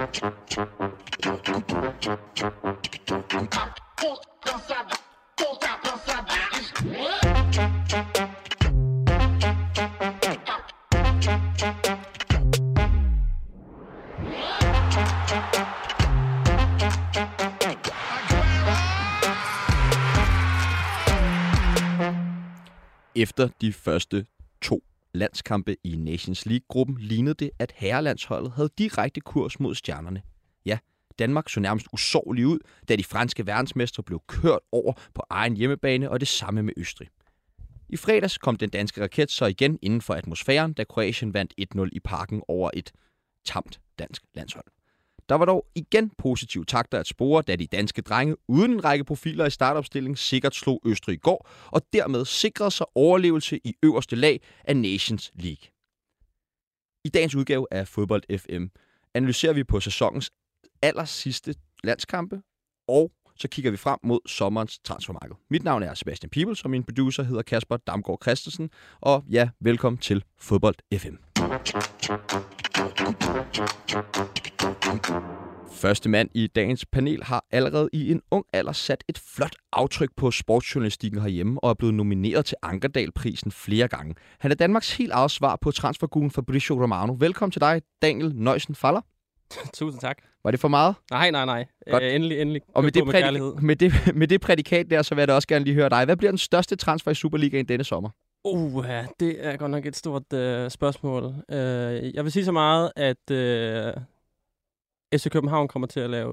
Efter de første 2 landskampe i Nations League-gruppen lignede det, at herrelandsholdet havde direkte kurs mod stjernerne. Ja, Danmark så nærmest usårlig ud, da de franske verdensmestre blev kørt over på egen hjemmebane, og det samme med Østrig. I fredags kom den danske raket så igen inden for atmosfæren, da Kroatien vandt 1-0 i Parken over et tamt dansk landshold. Der var dog igen positive takter at spore, da de danske drenge uden en række profiler i startopstillingen sikkert slog Østrig i går, og dermed sikrede sig overlevelse i øverste lag af Nations League. I dagens udgave af Fodbold FM analyserer vi på sæsonens allersidste landskampe, og så kigger vi frem mod sommerens transfermarked. Mit navn er Sebastian Peebles, og min producer hedder Kasper Damgaard Christensen, og ja, velkommen til Fodbold FM. Første mand i dagens panel har allerede i en ung alder sat et flot aftryk på sportsjournalistikken herhjemme og er blevet nomineret til Ankerdal-prisen flere gange. Han er Danmarks helt eget svar på transferguden Fabrizio Romano. Velkommen til dig, Daniel Nøjsen Faller. Tusind tak. Var det for meget? Nej. Endelig. Og med det prædikat der, så vil jeg da også gerne lige høre dig. Hvad bliver den største transfer i Superligaen denne sommer? Ja, det er godt nok et stort spørgsmål. Jeg vil sige så meget, at FC København kommer til at lave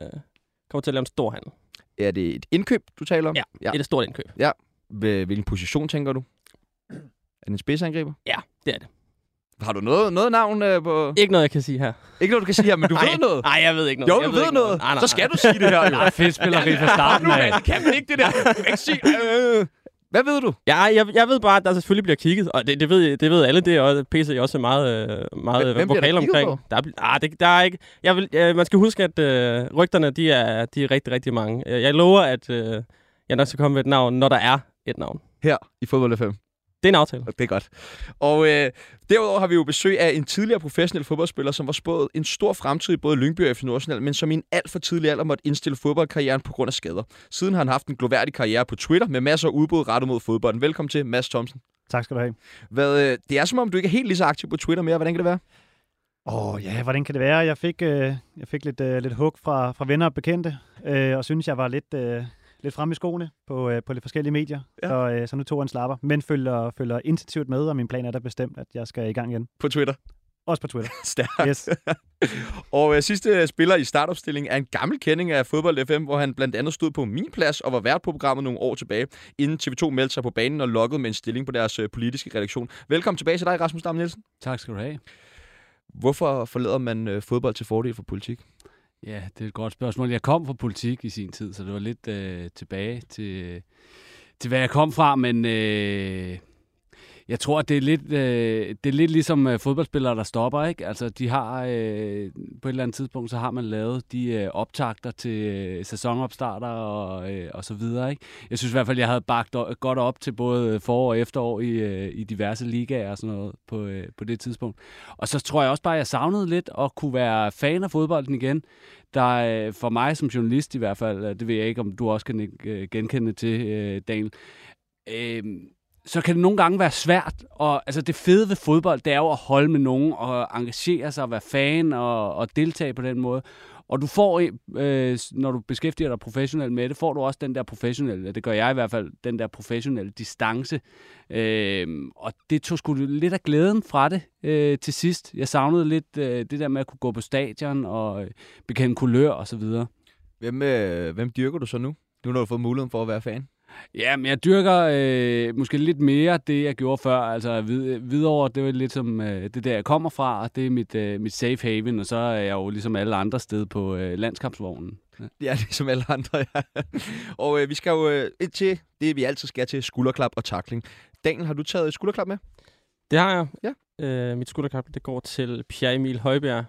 en stor handel. Er det et indkøb, du taler om? Ja. Et stort indkøb. Ja. Hvilken position tænker du? Er det en spidsangriber? Ja, det er det. Har du noget navn på... Ikke noget, jeg kan sige her. Ikke noget, du kan sige her, men du ved noget? Nej, jeg ved ikke noget. Jo, du ved noget. Nej. Så skal du sige det her. Nej, fedt spilleri fra starten af. Det kan man ikke, det der. Du kan ikke sige... Hvad ved du? Ja, jeg ved bare, at der selvfølgelig bliver kigget, og det ved alle, det er også, PC er også meget vokal omkring. Der er ikke... man skal huske, at rygterne, de er rigtig, rigtig mange. Jeg lover, at jeg nok skal komme med et navn, når der er et navn. Her i Fodbold FM. Det er en aftale. Det er godt. Og derudover har vi jo besøg af en tidligere professionel fodboldspiller, som var spået en stor fremtid i både Lyngby og FC Nordsjælland, men som i en alt for tidlig alder måtte indstille fodboldkarrieren på grund af skader. Siden har han haft en gloværdig karriere på Twitter med masser af udbud rettet mod fodbolden. Velkommen til, Mads Thomsen. Tak skal du have. Det er som om, du ikke er helt lige så aktiv på Twitter mere. Hvordan kan det være? Ja, hvordan kan det være? Jeg fik lidt hug fra venner og bekendte, og synes, jeg var lidt fremme i skoene på lidt forskellige medier. Ja. Så nu tog jeg en slapper, men følger intensivt med, og min plan er da bestemt, at jeg skal i gang igen. På Twitter? Også på Twitter. Stærkt. Yes. Og sidste spiller i startopstillingen er en gammel kending af Fodbold FM, hvor han blandt andet stod på min plads og var vært på programmet nogle år tilbage, inden TV2 meldte sig på banen og loggede med en stilling på deres politiske redaktion. Velkommen tilbage til dig, Rasmus Dam Nielsen. Tak skal du have. Hvorfor forlader man fodbold til fordel for politik? Ja, det er et godt spørgsmål. Jeg kom fra politik i sin tid, så det var lidt tilbage til hvad jeg kom fra, men jeg tror, at det er lidt ligesom fodboldspillere, der stopper, ikke? Altså, de har på et eller andet tidspunkt, så har man lavet de optakter til sæsonopstarter og så videre, ikke? Jeg synes i hvert fald, jeg havde bagt godt op til både forår og efterår i diverse ligaer og sådan noget på det tidspunkt. Og så tror jeg også bare, at jeg savnede lidt at kunne være fan af fodbolden igen. Der for mig som journalist i hvert fald, det ved jeg ikke, om du også kan genkende til, Daniel, så kan det nogle gange være svært. Og altså det fede ved fodbold, det er jo at holde med nogen og engagere sig og være fan og deltage på den måde. Og du får, når du beskæftiger dig professionelt med det, får du også den der professionelle, det gør jeg i hvert fald, den der professionelle distance. Og det tog sgu lidt af glæden fra det til sidst. Jeg savnede lidt det der med at kunne gå på stadion og bekende kulør og så videre. Hvem dyrker du så nu? Nu har du fået muligheden for at være fan. Ja, men jeg dyrker måske lidt mere det, jeg gjorde før. Altså Hvidovre, det var lidt som det der, jeg kommer fra, og det er mit safe haven, og så er jeg jo ligesom alle andre steder på landskampsvognen. Ja, ligesom alle andre, ja. Og vi skal jo ind til det, vi altid skal til, skulderklap og tackling. Daniel, har du taget skulderklap med? Det har jeg. Ja. Mit skulderklap, det går til Pierre Emil Højbjerg.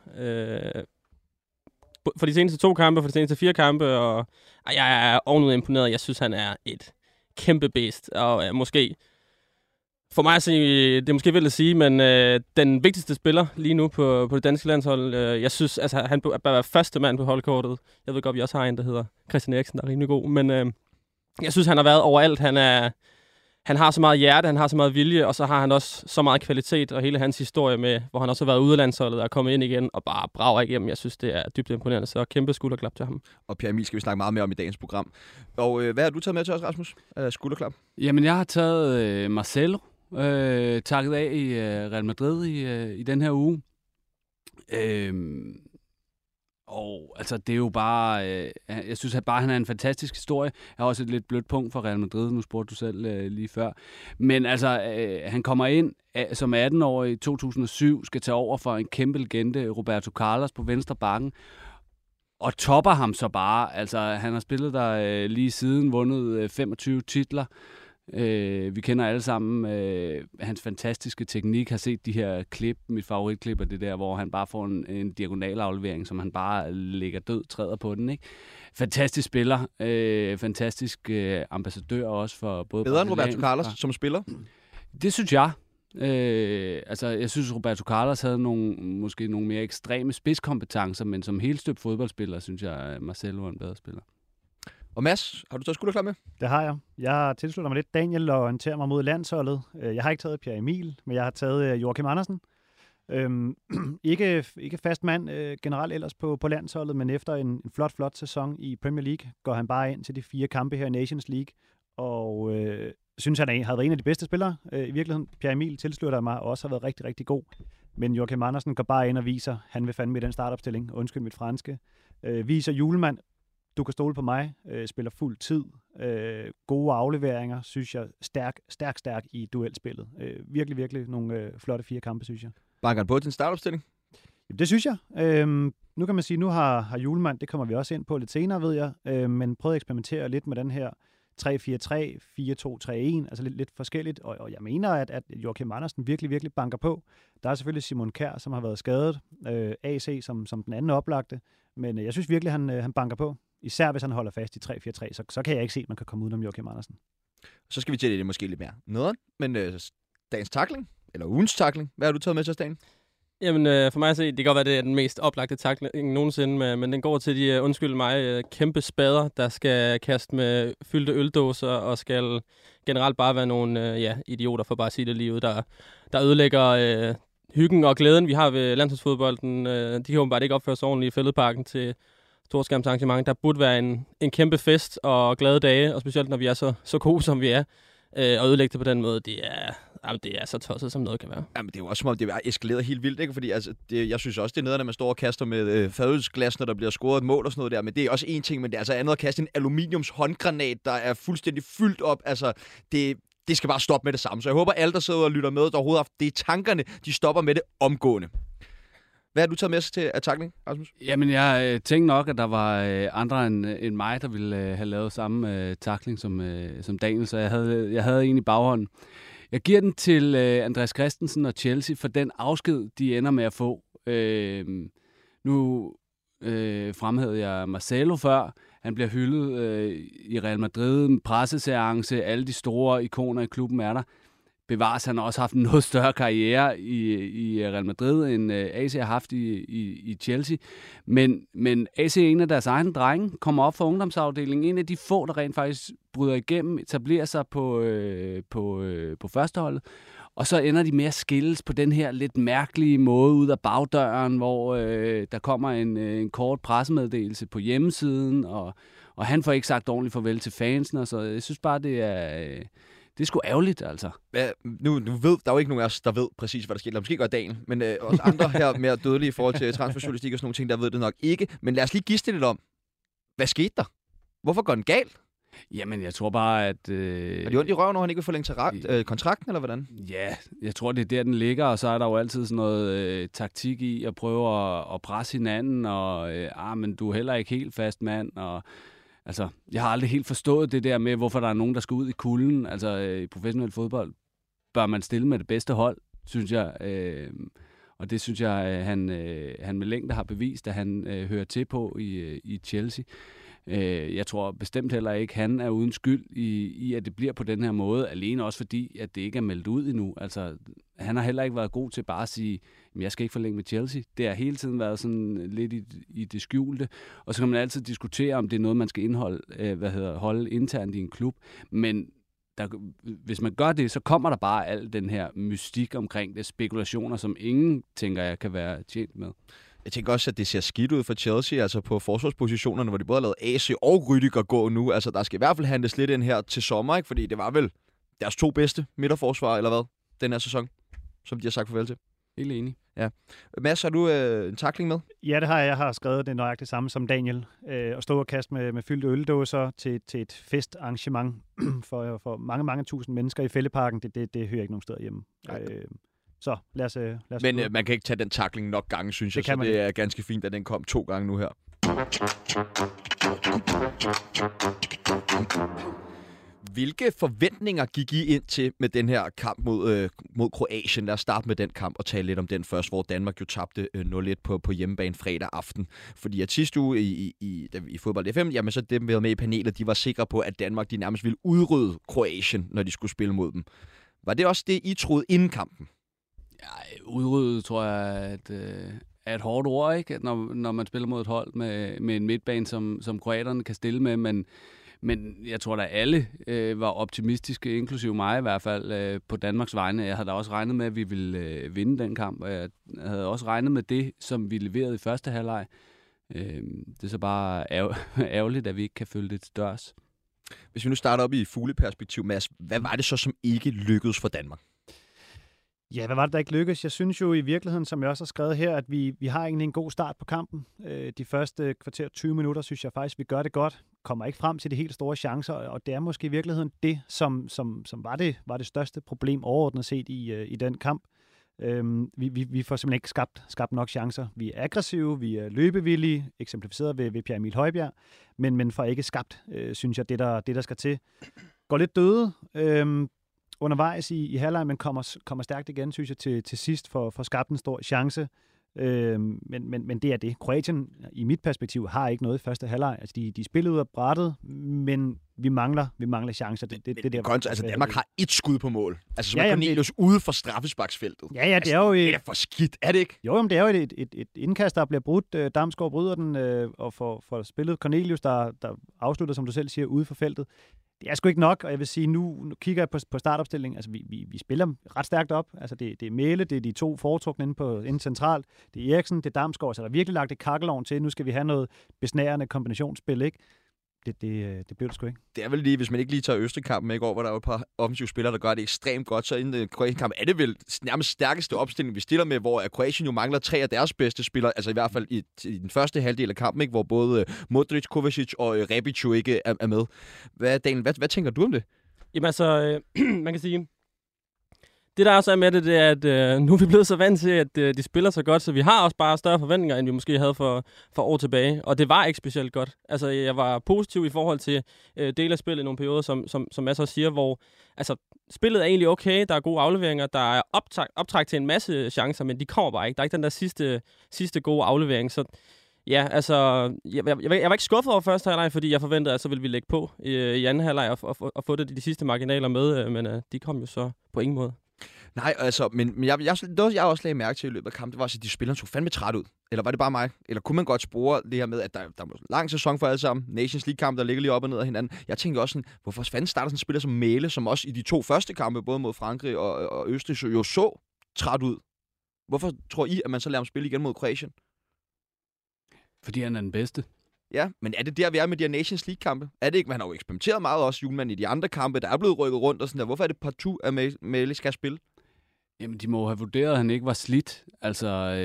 For de seneste 2 kampe, for de seneste 4 kampe, og jeg er ovenud imponeret. Jeg synes, han er et kæmpe beast, og måske For mig at sige, det er måske vildt at sige, men den vigtigste spiller lige nu på det danske landshold, jeg synes, altså han bør være første mand på holdkortet. Jeg ved godt, vi også har en, der hedder Christian Eriksen, der er rimelig god, men jeg synes, han har været overalt. Han har så meget hjerte, han har så meget vilje, og så har han også så meget kvalitet, og hele hans historie med, hvor han også har været ude af landsholdet og er kommet ind igen og bare brager igennem. Jeg synes, det er dybt imponerende, så kæmpe skulderklap til ham. Og Pierre Emil skal vi snakke meget mere om i dagens program. Og hvad har du taget med til os, Rasmus? Skulderklap? Jamen, jeg har taget Marcelo, takket af i Real Madrid i den her uge. Og altså, det er jo bare... jeg synes at bare, han er en fantastisk historie. Jeg har også et lidt blødt punkt for Real Madrid. Nu spurgte du selv lige før. Men altså, han kommer ind som 18-årig i 2007, skal tage over for en kæmpe legende, Roberto Carlos, på venstre bakken. Og topper ham så bare. Altså, han har spillet der lige siden, vundet 25 titler. Vi kender alle sammen hans fantastiske teknik, har set de her klip, mit favoritklip er det der, hvor han bare får en diagonalaflevering, som han bare lægger død, træder på den, ikke? Fantastisk spiller, fantastisk ambassadør også for både... Bedre end Roberto Carlos som spiller? Det synes jeg. Altså, jeg synes, Roberto Carlos havde måske nogle mere ekstreme spidskompetencer, men som helstøbt fodboldspiller, synes jeg, Marcelo er en bedre spiller. Og Mads, har du taget skulderklap med? Det har jeg. Jeg tilslutter mig lidt Daniel og orienterer mig mod landsholdet. Jeg har ikke taget Pierre Emil, men jeg har taget Joachim Andersen. Ikke fast mand generelt ellers på landsholdet, men efter en flot sæson i Premier League, går han bare ind til de 4 kampe her i Nations League, og synes, han havde været en af de bedste spillere i virkeligheden. Pierre Emil tilslutter mig og også har været rigtig, rigtig god. Men Joachim Andersen går bare ind og viser, han vil fandme i den startopstilling. Undskyld mit franske. Viser julemand. Du kan stole på mig, spiller fuld tid, gode afleveringer, synes jeg, stærk i duelspillet. Virkelig nogle flotte 4 kampe, synes jeg. Banker han på til en startopstilling? Jamen, det synes jeg. Nu kan man sige, nu har Julemand, det kommer vi også ind på lidt senere, ved jeg, men prøv at eksperimentere lidt med den her 3-4-3, 4-2-3-1, altså lidt forskelligt, og jeg mener, at Joachim Andersen virkelig banker på. Der er selvfølgelig Simon Kjær, som har været skadet, AC som den anden oplagte, men jeg synes virkelig, han banker på. Især hvis han holder fast i 3-4-3, så kan jeg ikke se, at man kan komme udenom Joachim Andersen. Så skal vi til det måske lidt mere nederen, men dagens tackling, eller ugens tackling, hvad har du taget med til os, dagen? Jamen, for mig at se, det kan godt være, det er den mest oplagte tackling nogensinde, men den går til de, undskyld mig, kæmpe spader, der skal kaste med fyldte øldåser, og skal generelt bare være nogle idioter, for bare at sige det lige ud, der ødelægger hyggen og glæden, vi har ved landsholdsfodbolden. De kan åbenbart ikke opføre sig ordentligt i Fælledparken til storskærmsarrangement. Der burde være en kæmpe fest og glade dage, og specielt når vi er så gode, som vi er. Og ødelægge det på den måde, det er så tosset, som noget kan være. Jamen, det er jo også som om, det er eskaleret helt vildt, ikke? Fordi altså, jeg synes også, det er nederen, at man står og kaster med fadølsglas, når der bliver scoret et mål og sådan noget der. Men det er også en ting, men det er altså andet at kaste en aluminiums håndgranat, der er fuldstændig fyldt op. Altså, det skal bare stoppe med det samme. Så jeg håber, alle, der sidder og lytter med, der overhovedet har haft det i tankerne, de stopper med det omgående. Hvad har du taget med sig til tackling, Rasmus? Jamen, jeg tænkte nok, at der var andre end mig, der ville have lavet samme tackling som Daniel, så jeg havde en i baghånden. Jeg giver den til Andreas Christensen og Chelsea for den afsked, de ender med at få. Nu fremhævede jeg Marcelo før. Han bliver hyldet i Real Madrid, en presseseance, alle de store ikoner i klubben er der. Bevares, han har også haft en noget større karriere i Real Madrid, end AC har haft i Chelsea. Men AC er en af deres egne drenge, kommer op fra ungdomsafdelingen. En af de få, der rent faktisk bryder igennem, etablerer sig på førsteholdet. Og så ender de med at skilles på den her lidt mærkelige måde ud af bagdøren, hvor der kommer en kort pressemeddelelse på hjemmesiden, og han får ikke sagt ordentligt farvel til fansen. Så jeg synes bare, det er sgu ærgerligt, altså. Nu ved der er jo ikke nogen af os, der ved præcis, hvad der sker. Eller måske gør Daniel, men også andre her mere dødelige i forhold til transferjournalistik og sådan nogle ting, der ved det nok ikke. Men lad os lige gisne lidt om, hvad skete der? Hvorfor går den galt? Jamen, jeg tror bare, at... Er det ondt i røven, når han ikke vil forlænge kontrakten, eller hvordan? Ja, jeg tror, det er der, den ligger, og så er der jo altid sådan noget taktik i at prøve at presse hinanden, og men du er heller ikke helt fast mand, og... Altså, jeg har aldrig helt forstået det der med, hvorfor der er nogen, der skal ud i kulden. Altså, i professionel fodbold bør man stille med det bedste hold, synes jeg. Og det synes jeg, han med længde har bevist, at han hører til på i Chelsea. Jeg tror bestemt heller ikke, han er uden skyld i, at det bliver på den her måde, alene også fordi, at det ikke er meldt ud endnu. Altså, han har heller ikke været god til bare at sige, jeg skal ikke forlænge med Chelsea. Det har hele tiden været sådan lidt i det skjulte, og så kan man altid diskutere, om det er noget, man skal holde internt i en klub, men hvis man gør det, så kommer der bare al den her mystik omkring det, spekulationer, som ingen, tænker jeg, kan være tjent med. Jeg tænker også, at det ser skidt ud for Chelsea, altså på forsvarspositionerne, hvor de både har lavet AC og Rüdiger gå nu. Altså, der skal i hvert fald handles lidt ind her til sommer, ikke? Fordi det var vel deres 2 bedste midterforsvar, eller hvad, den her sæson, som de har sagt farvel til. Helt enig. Ja. Mads, har du en tackling med? Ja, det har jeg. Jeg har skrevet det nøjagtigt samme som Daniel. At stå og kaste med fyldte øldåser til et festarrangement for mange, mange tusind mennesker i Fælleparken, det hører ikke nogen steder hjemme. Så lad os Men man kan ikke tage den tackling nok gange, synes jeg, så det er ganske fint, at den kom 2 gange nu her. Hvilke forventninger gik I ind til med den her kamp mod Kroatien? Lad os starte med den kamp og tale lidt om den først, hvor Danmark jo tabte 0-1 på hjemmebane fredag aften. Fordi at sidste uge i Fodbold FM, jamen så dem, vi havde med i panelet, de var sikre på, at Danmark de nærmest ville udrydde Kroatien, når de skulle spille mod dem. Var det også det, I troede inden kampen? Ja, udrydde tror jeg er et hårdt ord, ikke? Når man spiller mod et hold med en midtbane, som kroaterne kan stille med, men jeg tror, at alle var optimistiske, inklusive mig i hvert fald, på Danmarks vegne. Jeg havde da også regnet med, at vi ville vinde den kamp, og jeg havde også regnet med det, som vi leverede i første halvleg. Det er så bare ærgerligt, at vi ikke kan følge det til dørs. Hvis vi nu starter op i fugleperspektiv, Mads, hvad var det så, som ikke lykkedes for Danmark? Ja, hvad var det, der ikke lykkedes? Jeg synes jo i virkeligheden, som jeg også har skrevet her, at vi har egentlig en god start på kampen. De første kvarter 20 minutter, synes jeg faktisk, vi gør det godt. Kommer ikke frem til de helt store chancer, og det er måske i virkeligheden det, som var det største problem overordnet set i den kamp. Vi får simpelthen ikke skabt nok chancer. Vi er aggressive, vi er løbevillige, eksemplificeret ved Pierre Emil Højbjerg, men får ikke skabt, synes jeg, det der skal til. Går lidt døde undervejs i halvleg, men kommer stærkt igen, synes jeg, til sidst for skabt en stor chance. Men det er det. Kroatien, i mit perspektiv, har ikke noget i første halvleg. Altså, de spillede ud af brættet, men vi mangler chancer. Altså, Danmark har 1 skud på mål. Altså, som Cornelius ude for straffesparksfeltet. Ja, det altså, er jo... Det er for skidt, er det ikke? Jo, men det er jo et indkast, der bliver brudt. Damsgaard bryder den, og får spillet Cornelius, der afslutter, som du selv siger, ude for feltet. Det er sgu ikke nok, og jeg vil sige, nu kigger jeg på startopstillingen. Altså, vi spiller ret stærkt op. Altså, det er Mæle, det er de 2 foretrukne inde centralt. Det er Eriksen, det er Damsgaard. Så der er virkelig lagt et kakkelovn til. Nu skal vi have noget besnærende kombinationsspil, ikke? Det blev det sgu ikke. Det er vel lige, hvis man ikke lige tager Østrig-kampen med i går, hvor der er et par offensive spillere, der gør det ekstremt godt, så inden Kroatien-kamp er det vel nærmest stærkeste opstilling, vi stiller med, hvor Kroatien jo mangler 3 af deres bedste spillere, altså i hvert fald i den første halvdel af kampen, ikke, hvor både Modric, Kovacic og Rebic jo ikke er med. Hvad tænker du om det? Jamen altså, man kan sige, det der også er med det er, at nu er vi blevet så vant til, at de spiller så godt, så vi har også bare større forventninger, end vi måske havde for år tilbage. Og det var ikke specielt godt. Altså, jeg var positiv i forhold til dele af spillet i nogle perioder, som Mads også siger, hvor altså, spillet er egentlig okay, der er gode afleveringer, der er optræk til en masse chancer, men de kommer bare ikke. Der er ikke den der sidste gode aflevering, så... Ja, altså, jeg var ikke skuffet over første halvleg, fordi jeg forventede, at så ville vi lægge på i anden halvleg og få det de sidste marginaler med, men de kom jo så på ingen måde. Nej, altså, men jeg også lagde mærke til i løbet af kampen, det var også, at de spillerne så fandme træt ud. Eller var det bare mig? Eller kunne man godt spore det her med, at der var en lang sæson for alle sammen, Nations League-kamp, der ligger lige op og ned af hinanden. Jeg tænkte også sådan, hvorfor fanden starter sådan en spiller som Mæle, som også i de 2 første kampe, både mod Frankrig og Østrig, så træt ud? Hvorfor tror I, at man så lader ham spille igen mod Kroatien? Fordi han er den bedste. Ja, men er det der, vi er med de her Nations League-kampe? Er det ikke? Man har jo eksperimenteret meget også, Julemand, i de andre kampe, der er blevet rykket rundt og sådan der. Hvorfor er det partout, at Mæle skal spille? Jamen, de må have vurderet, at han ikke var slidt. Altså,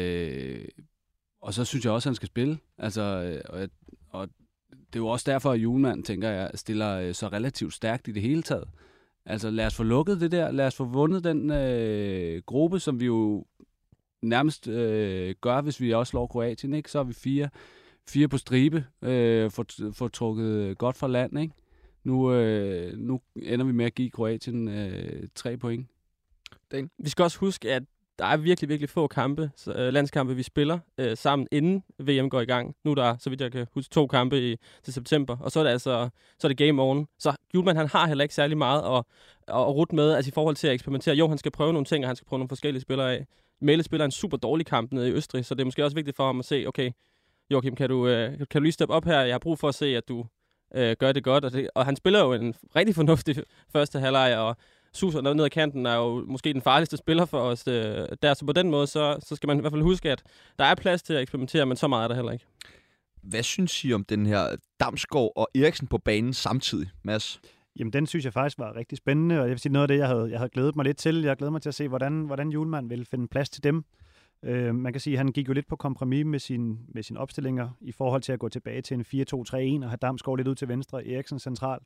og så synes jeg også, at han skal spille. Altså, og det er jo også derfor, at Julemand, tænker jeg, stiller så relativt stærkt i det hele taget. Altså, lad os få lukket det der. Lad os få vundet den gruppe, som vi jo nærmest gør, hvis vi også slår Kroatien, ikke? Så er vi 4 på stribe, får trukket godt fra land, ikke? Nu ender vi med at give Kroatien 3 point. Vi skal også huske, at der er virkelig, virkelig få landskampe, vi spiller sammen, inden VM går i gang. Nu er der, så vidt jeg kan huske, 2 kampe til september, og så er det game on. Så Hjulmand, han har heller ikke særlig meget at rute med, altså i forhold til at eksperimentere. Jo, han skal prøve nogle ting, og han skal prøve nogle forskellige spillere af. Mæle spiller en super dårlig kamp nede i Østrig, så det er måske også vigtigt for ham at se, okay, Joachim, kan du lige steppe op her? Jeg har brug for at se, at du gør det godt. Og han spiller jo en rigtig fornuftig første halvleg, og suser ned ad kanten er jo måske den farligste spiller for os der. Så på den måde, så skal man i hvert fald huske, at der er plads til at eksperimentere, men så meget er der heller ikke. Hvad synes I om den her Damsgaard og Eriksen på banen samtidig, Mads? Jamen, den synes jeg faktisk var rigtig spændende, og jeg vil sige noget af det, jeg havde glædet mig lidt til. Jeg glæder mig til at se, hvordan Hjulmand vil finde plads til dem. Man kan sige, at han gik jo lidt på kompromis med sine opstillinger i forhold til at gå tilbage til en 4-2-3-1 og have Damsgaard lidt ud til venstre, Eriksen centralt.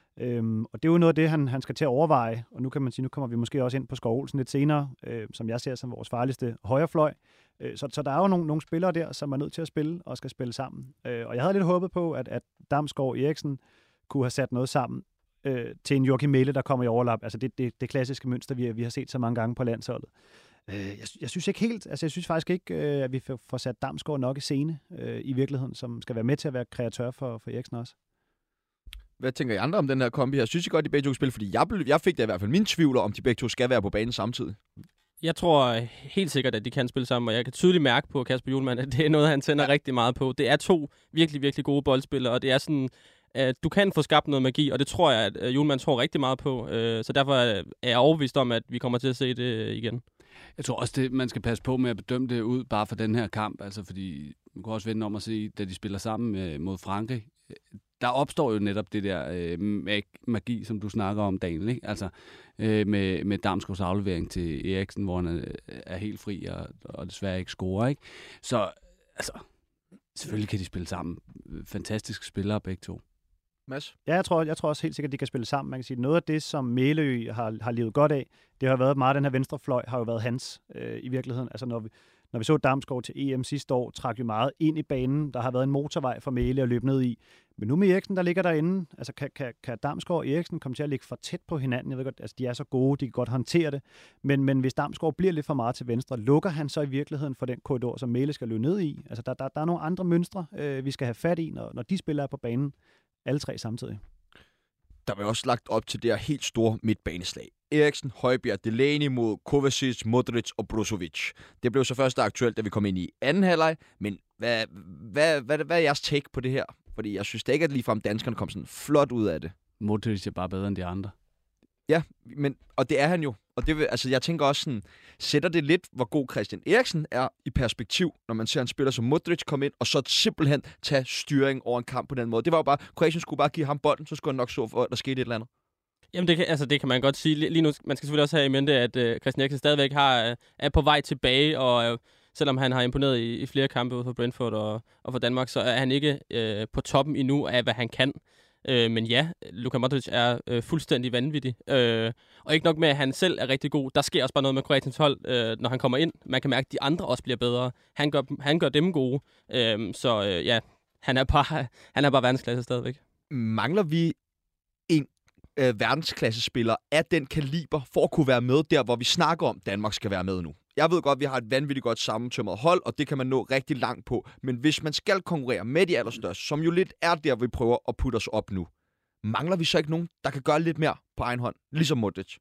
Og det er jo noget af det, han skal til at overveje, og nu kan man sige, nu kommer vi måske også ind på Skov Olsen lidt senere, som jeg ser som vores farligste højrefløj. Så der er jo nogle spillere der, som er nødt til at spille og skal spille sammen. Og jeg havde lidt håbet på, at Damsgaard og Eriksen kunne have sat noget sammen til en Joachim Mæhle, der kommer i overlap. Altså det klassiske mønster, vi har set så mange gange på landsholdet. Jeg synes ikke helt, altså jeg synes faktisk ikke, at vi får sat Damsgaard nok i scene i virkeligheden, som skal være med til at være kreatør for Eriksen også. Hvad tænker I andre om den her kombi her? Synes I godt, de begge to spiller? Fordi jeg fik da i hvert fald mine tvivler, om de begge to skal være på banen samtidig. Jeg tror helt sikkert, at de kan spille sammen, og jeg kan tydeligt mærke på Kasper Hjulmand, at det er noget, han tænder rigtig meget på. Det er 2 virkelig, virkelig gode boldspillere, og det er sådan, at du kan få skabt noget magi, og det tror jeg, at Hjulmand tror rigtig meget på. Så derfor er jeg overbevist om, at vi kommer til at se det igen. Jeg tror også, man skal passe på med at bedømme det ud bare for den her kamp, altså fordi man kan også vende om at se, da de spiller sammen mod Frankrig, der opstår jo netop det der magi, som du snakker om, Daniel, ikke? Altså med Damsgaards aflevering til Eriksen, hvor han er helt fri og desværre ikke scorer, ikke? Så altså, selvfølgelig kan de spille sammen. Fantastiske spillere begge to. Mads? Ja, jeg tror også helt sikkert, at de kan spille sammen. Man kan sige, noget af det, som Mælø har levet godt af, det har været meget, den her venstrefløj har jo været hans i virkeligheden. Altså når vi så Damsgaard til EM sidste år, trak vi meget ind i banen. Der har været en motorvej for Mæle at løbe ned i. Men nu med Eriksen, der ligger derinde. Altså kan Damsgaard og Eriksen komme til at ligge for tæt på hinanden? Jeg ved godt, altså de er så gode, de kan godt håndtere det. Men hvis Damsgaard bliver lidt for meget til venstre, lukker han så i virkeligheden for den korridor, som Mæle skal løbe ned i? Altså der er nogle andre mønstre, vi skal have fat i, når de spiller på banen. Alle 3 samtidig. Der var også lagt op til det her helt store midtbaneslag. Eriksen, Højbjerg, Delaney mod Kovacic, Modric og Brozovic. Det blev så først aktuelt, da vi kom ind i anden halvleg. Men hvad er jeres take på det her? Fordi jeg synes da ikke, at ligefrem danskerne kom sådan flot ud af det. Modric er bare bedre end de andre. Ja, og det er han jo. Og det, altså, jeg tænker også sådan, sætter det lidt, hvor god Christian Eriksen er i perspektiv, når man ser en spiller som Modric komme ind, og så simpelthen tage styring over en kamp på den måde. Det var jo bare, Kroatien skulle bare give ham bolden, så skulle han nok så for, at der skete et eller andet. Jamen, det kan man godt sige. Lige nu, man skal selvfølgelig også have i mente, at Christian Eriksen stadigvæk er på vej tilbage, og selvom han har imponeret i flere kampe ud for Brentford og for Danmark, så er han ikke på toppen endnu af, hvad han kan. Men ja, Luka Modric er fuldstændig vanvittig. Og ikke nok med, at han selv er rigtig god. Der sker også bare noget med Kroatiens hold, når han kommer ind. Man kan mærke, at de andre også bliver bedre. Han gør dem gode. Ja, han er bare verdensklasse stadigvæk. Mangler vi en verdensklassespiller af den kaliber for at kunne være med der, hvor vi snakker om, Danmark skal være med nu? Jeg ved godt, at vi har et vanvittigt godt sammentømret hold, og det kan man nå rigtig langt på. Men hvis man skal konkurrere med de allerstørste, som jo lidt er der, vi prøver at putte os op nu, mangler vi så ikke nogen, der kan gøre lidt mere på egen hånd, ligesom Modric?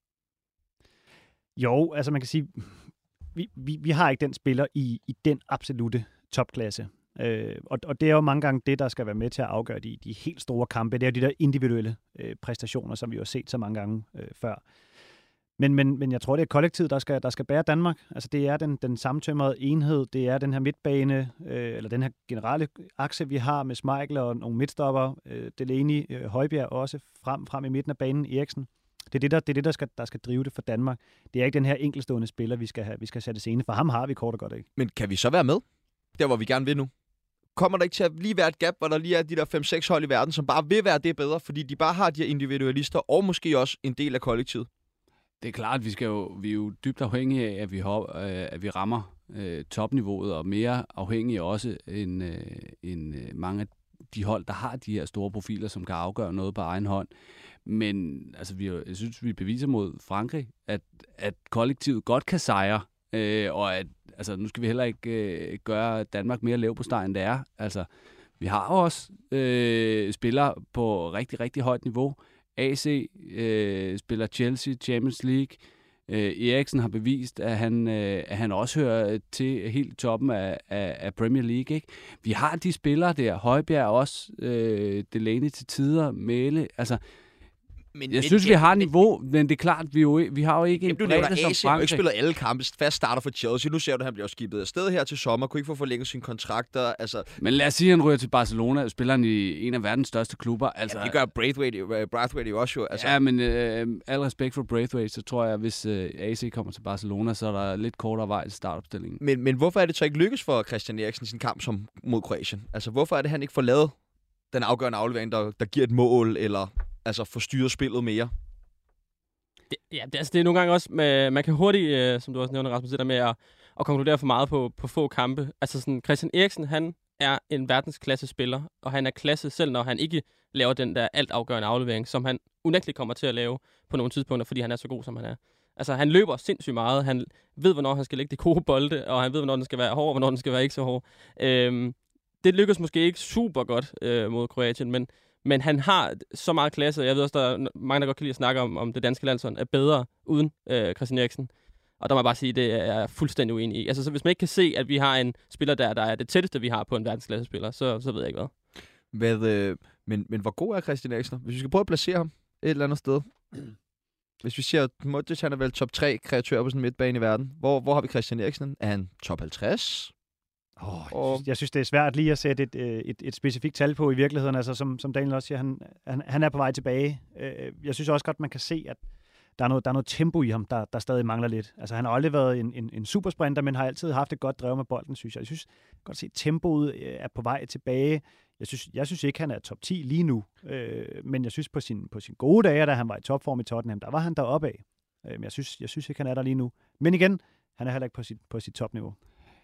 Jo, altså man kan sige, vi har ikke den spiller i den absolute topklasse. Og det er jo mange gange det, der skal være med til at afgøre de helt store kampe. Det er jo de der individuelle præstationer, som vi har set så mange gange før. Men jeg tror, det er kollektivet, der skal bære Danmark. Altså det er den sammentømrede enhed, det er den her midtbane, eller den her generelle akse, vi har med Schmeichel og nogle midtstopper, Delaney, Højbjerg også frem i midten af banen, Eriksen. Det er det, der skal drive det for Danmark. Det er ikke den her enkeltstående spiller, vi skal sætte scene. For ham har vi kort og godt ikke. Men kan vi så være med? Der, hvor vi gerne vil nu. Kommer der ikke til at lige være et gap, hvor der lige er de der 5-6 hold i verden, som bare vil være det bedre, fordi de bare har de her individualister, og måske også en del af kollektivet? Det er klart, vi er jo dybt afhængige af, at vi rammer topniveauet, og mere afhængige også end mange af de hold, der har de her store profiler, som kan afgøre noget på egen hånd. Men altså, jeg synes, vi beviser mod Frankrig, at kollektivet godt kan sejre Og at, altså, nu skal vi heller ikke gøre Danmark mere lav på steg, end det er. Altså, vi har også spillere på rigtig, rigtig højt niveau. AC spiller Chelsea, Champions League. Eriksen har bevist, at han også hører til helt toppen af Premier League. Ikke? Vi har de spillere der. Højbjerg også. Delaney til tider. Mæle. Altså, jeg synes, vi har niveau, men det er klart, vi har jo ikke en bredde som Frankrig. Du har ikke spillet alle kampe. Fast starter for Chelsea. Nu ser du, at han bliver skibet afsted her til sommer. Kunne ikke få forlænget sine kontrakter. Altså, men lad os sige, at han ryger til Barcelona. Spiller han i en af verdens største klubber. Altså, ja, det gør Braithwaite jo også. Altså. Ja, men al respekt for Braithwaite, så tror jeg, at hvis AC kommer til Barcelona, så er der lidt kortere vej til startopstillingen. Men hvorfor er det så ikke lykkes for Christian Eriksen i sin kamp mod Kroatien? Altså, hvorfor er det, han ikke får lavet den afgørende aflevering, der giver et mål, eller altså forstyrre spillet mere? Det er nogle gange også, man kan hurtigt, som du også nævner, Rasmus, det der med at konkludere for meget på få kampe. Altså sådan, Christian Eriksen, han er en verdensklasse spiller, og han er klasse selv, når han ikke laver den der altafgørende aflevering, som han unægteligt kommer til at lave på nogle tidspunkter, fordi han er så god, som han er. Altså, han løber sindssygt meget, han ved, hvornår han skal lægge de gode bolde, og han ved, hvornår den skal være hård, og hvornår den skal være ikke så hård. Det lykkes måske ikke super godt mod Kroatien, men han har så meget klasse, og jeg ved også, der er mange, der godt kan lide at snakke om det danske landshold, er bedre uden Christian Eriksen. Og der må jeg bare sige, det er jeg fuldstændig uenig i. Altså, så hvis man ikke kan se, at vi har en spiller, der er det tætteste, vi har på en verdensklassespiller, så ved jeg ikke hvad. Men hvor god er Christian Eriksen? Hvis vi skal prøve at placere ham et eller andet sted. Hvis vi siger, at Modric, han er vel top 3 kreatør på sådan en midtbane i verden. Hvor har vi Christian Eriksen? Er han top 50? Jeg synes, det er svært lige at sætte et specifikt tal på i virkeligheden. Altså, som Daniel også siger, han er på vej tilbage. Jeg synes også godt, man kan se, at der er noget tempo i ham, der stadig mangler lidt. Altså, han har aldrig været en supersprinter, men har altid haft et godt drev med bolden, synes jeg. Jeg synes godt at se, at tempoet er på vej tilbage. Jeg synes ikke, han er top 10 lige nu. Men jeg synes, på sin gode dage, da han var i topform i Tottenham, der var han deroppe af. Men jeg synes ikke, han er der lige nu. Men igen, han er heller ikke på sit topniveau.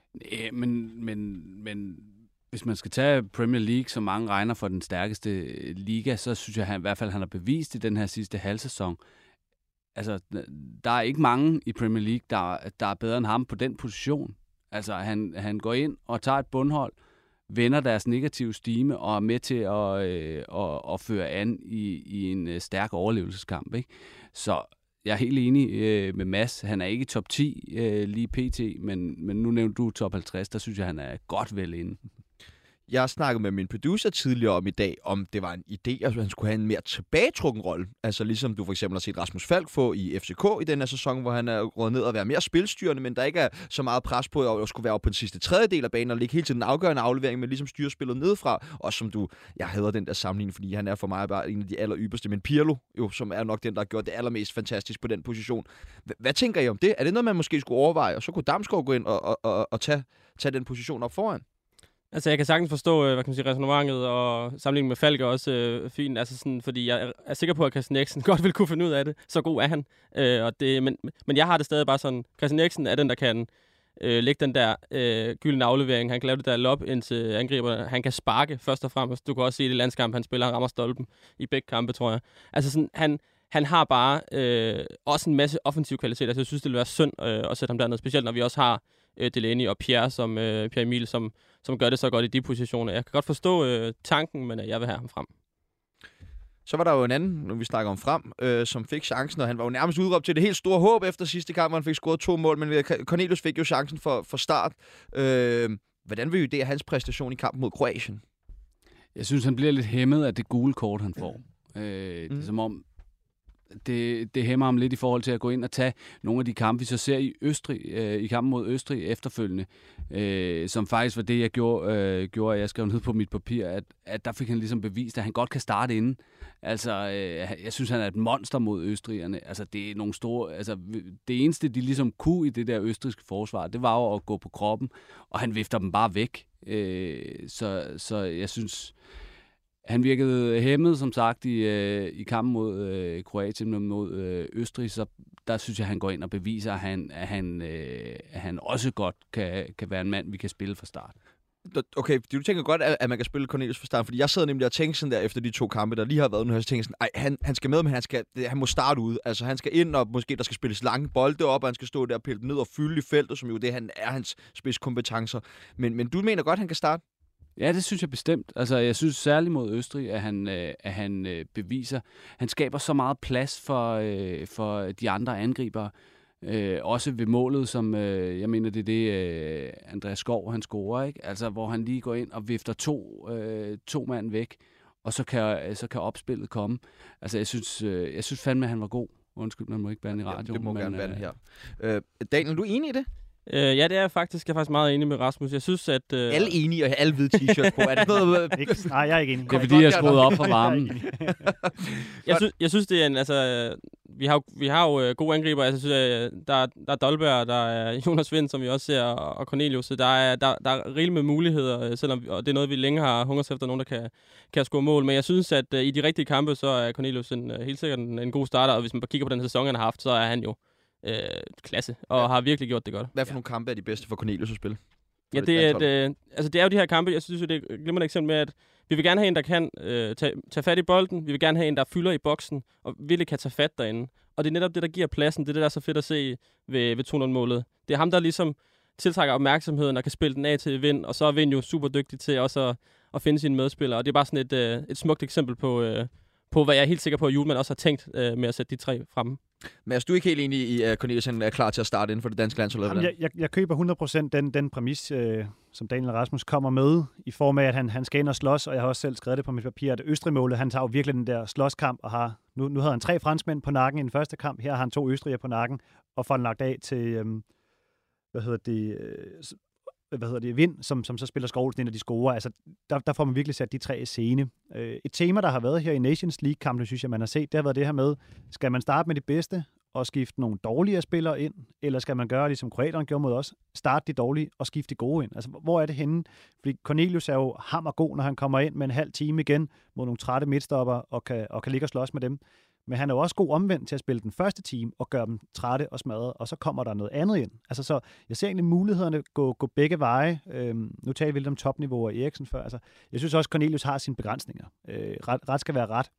Men hvis man skal tage Premier League, som mange regner for den stærkeste liga, så synes jeg han, i hvert fald, han har bevist i den her sidste halvsæson. Altså, der er ikke mange i Premier League, der er bedre end ham på den position. Altså, han går ind og tager et bundhold, vender deres negative stime og er med til at føre an i en stærk overlevelseskamp. Ikke? Så jeg er helt enig med Mads. Han er ikke top 10 lige pt, men nu nævnte du top 50, der synes jeg, han er godt vel inde. Jeg har snakket med min producer tidligere om i dag, om det var en idé, at han skulle have en mere tilbagetrukken rolle. Altså ligesom du for eksempel har set Rasmus Falk få i FCK i den her sæson, hvor han er rådet ned og være mere spilstyrende, men der ikke er så meget pres på at skulle være oppe på den sidste tredjedel af banen og ligge hele tiden en afgørende aflevering, men ligesom styre spillet nedefra. Og som jeg hader den der sammenligning, fordi han er for mig bare en af de aller ypperste, men Pirlo, jo, som er nok den, der har gjort det allermest fantastisk på den position. Hvad tænker I om det? Er det noget, man måske skulle overveje, og så kunne Damsgaard gå ind og tage den position op foran? Altså, jeg kan sagtens forstå, resonemanget og sammenligningen med Falk er også fint, altså sådan, fordi jeg er sikker på, at Christian Eriksen godt vil kunne finde ud af det. Så god er han. Men jeg har det stadig bare sådan, Christian Eriksen er den, der kan lægge den der gyldne aflevering. Han kan lave det der lob ind til angriberne. Han kan sparke først og fremmest. Du kan også se i det landskamp, han spiller, han rammer stolpen i begge kampe, tror jeg. Altså sådan, han har bare også en masse offensiv kvalitet. Altså, jeg synes, det vil være synd at sætte ham dernede, specielt når vi også har Delaney og Pierre Emil, som gør det så godt i de positioner. Jeg kan godt forstå tanken, men jeg vil have ham frem. Så var der jo en anden, når vi snakker om frem, som fik chancen, og han var jo nærmest udråbt til det helt store håb efter sidste kamp, hvor han fik scoret 2 mål, men Cornelius fik jo chancen for start. Hvordan vil I det af hans præstation i kampen mod Kroatien? Jeg synes, han bliver lidt hæmmet af det gule kort, han får. Det er som om, det hæmmer ham lidt i forhold til at gå ind og tage nogle af de kampe, vi så ser i Østrig, i kampen mod Østrig efterfølgende, som faktisk var det, jeg gjorde, jeg skrev ned på mit papir, at der fik han ligesom bevist, at han godt kan starte inden. Altså, jeg synes, han er et monster mod østrigerne. Altså, det er nogle store, altså, det eneste, de ligesom kunne i det der østrigske forsvar, det var jo at gå på kroppen, og han vifter dem bare væk. Så jeg synes, han virkede hæmmet, som sagt, i kampen mod Kroatien, men mod Østrig, så der synes jeg, han går ind og beviser, at han også godt kan være en mand, vi kan spille fra start. Okay, du tænker godt, at man kan spille Cornelius fra start, fordi jeg sidder nemlig og tænker sådan der, efter de 2 kampe, der lige har været nu, og så tænker sådan, han skal med, men han må starte ude. Altså, han skal ind, og måske der skal spilles lange bolde op, og han skal stå der og pille ned og fylde i feltet, som jo det, han er hans spidskompetencer. Men du mener godt, han kan starte? Ja, det synes jeg bestemt. Altså, jeg synes særligt mod Østrig, at han beviser, han skaber så meget plads for de andre angribere. Også ved målet, som jeg mener, det er det Andreas Skov, han scorer, ikke? Altså, hvor han lige går ind og vifter to mand væk, og så kan opspillet komme. Altså, jeg synes fandme, at han var god. Undskyld, man må ikke bande i radio. Det må gerne bande her. Daniel, du er enig i det? Ja, det er jeg faktisk. Jeg er faktisk meget enig med Rasmus. Jeg synes, at... Alle enige og alle hvide t-shirts på. Er det noget... Nej, jeg er ikke enig. Det er fordi, jeg skruede op for varmen. jeg synes, det er en... Altså, vi har jo gode angriber. Altså, synes, der er Dolberg, der er Jonas Vind, som vi også ser, og Cornelius. Så der er rigeligt med muligheder, selvom og det er noget, vi længe har hungret efter, nogen, der kan score mål. Men jeg synes, at i de rigtige kampe, så er Cornelius helt sikkert en god starter. Og hvis man bare kigger på den sæson, han har haft, så er han jo klasse, og har virkelig gjort det godt. Hvad for nogle kampe er de bedste for Cornelius at spille? Ja, det er jo de her kampe, jeg synes jo, det er et glimrende eksempel med, at vi vil gerne have en, der kan tage fat i bolden, vi vil gerne have en, der fylder i boksen, og virkelig kan tage fat derinde. Og det er netop det, der giver pladsen, det er det, der er så fedt at se ved 2-0-målet. Det er ham, der ligesom tiltrækker opmærksomheden og kan spille den af til Vind, og så er Vind jo super dygtig til også at finde sine medspillere, og det er bare sådan et smukt eksempel på, hvad jeg er helt sikker på, at Hjulmand også har tænkt med at sætte de 3 fremme. Men du er ikke helt enig i, at Cornelius er klar til at starte inden for det danske landshold? Jeg køber 100% den præmis, som Daniel Rasmus kommer med, i form af, at han skal ind og slås, og jeg har også selv skrevet det på mit papir, at Østrig-målet, han tager jo virkelig den der slåskamp, og har nu havde han 3 franskmænd på nakken i den første kamp, her har han 2 østrigere på nakken, og får den lagt af til, Vind, som så spiller Skovlsen ind, og de scorer. Altså, der får man virkelig sat de 3 i scene. Et tema, der har været her i Nations League-kampen, synes jeg, man har set, det har været det her med, skal man starte med de bedste og skifte nogle dårligere spillere ind, eller skal man gøre, ligesom kroaterne gjorde mod os, starte de dårlige og skifte de gode ind? Altså, hvor er det henne? Fordi Cornelius er jo hammergod, når han kommer ind med en halv time igen mod nogle trætte midtstopper og kan ligge og slås med dem. Men han er jo også god omvendt til at spille den første time og gøre dem trætte og smadret, og så kommer der noget andet ind. Altså, så jeg ser egentlig mulighederne gå begge veje. Nu taler vi lidt om topniveau og Eriksen før. Altså, jeg synes også, Cornelius har sine begrænsninger. Ret skal være ret.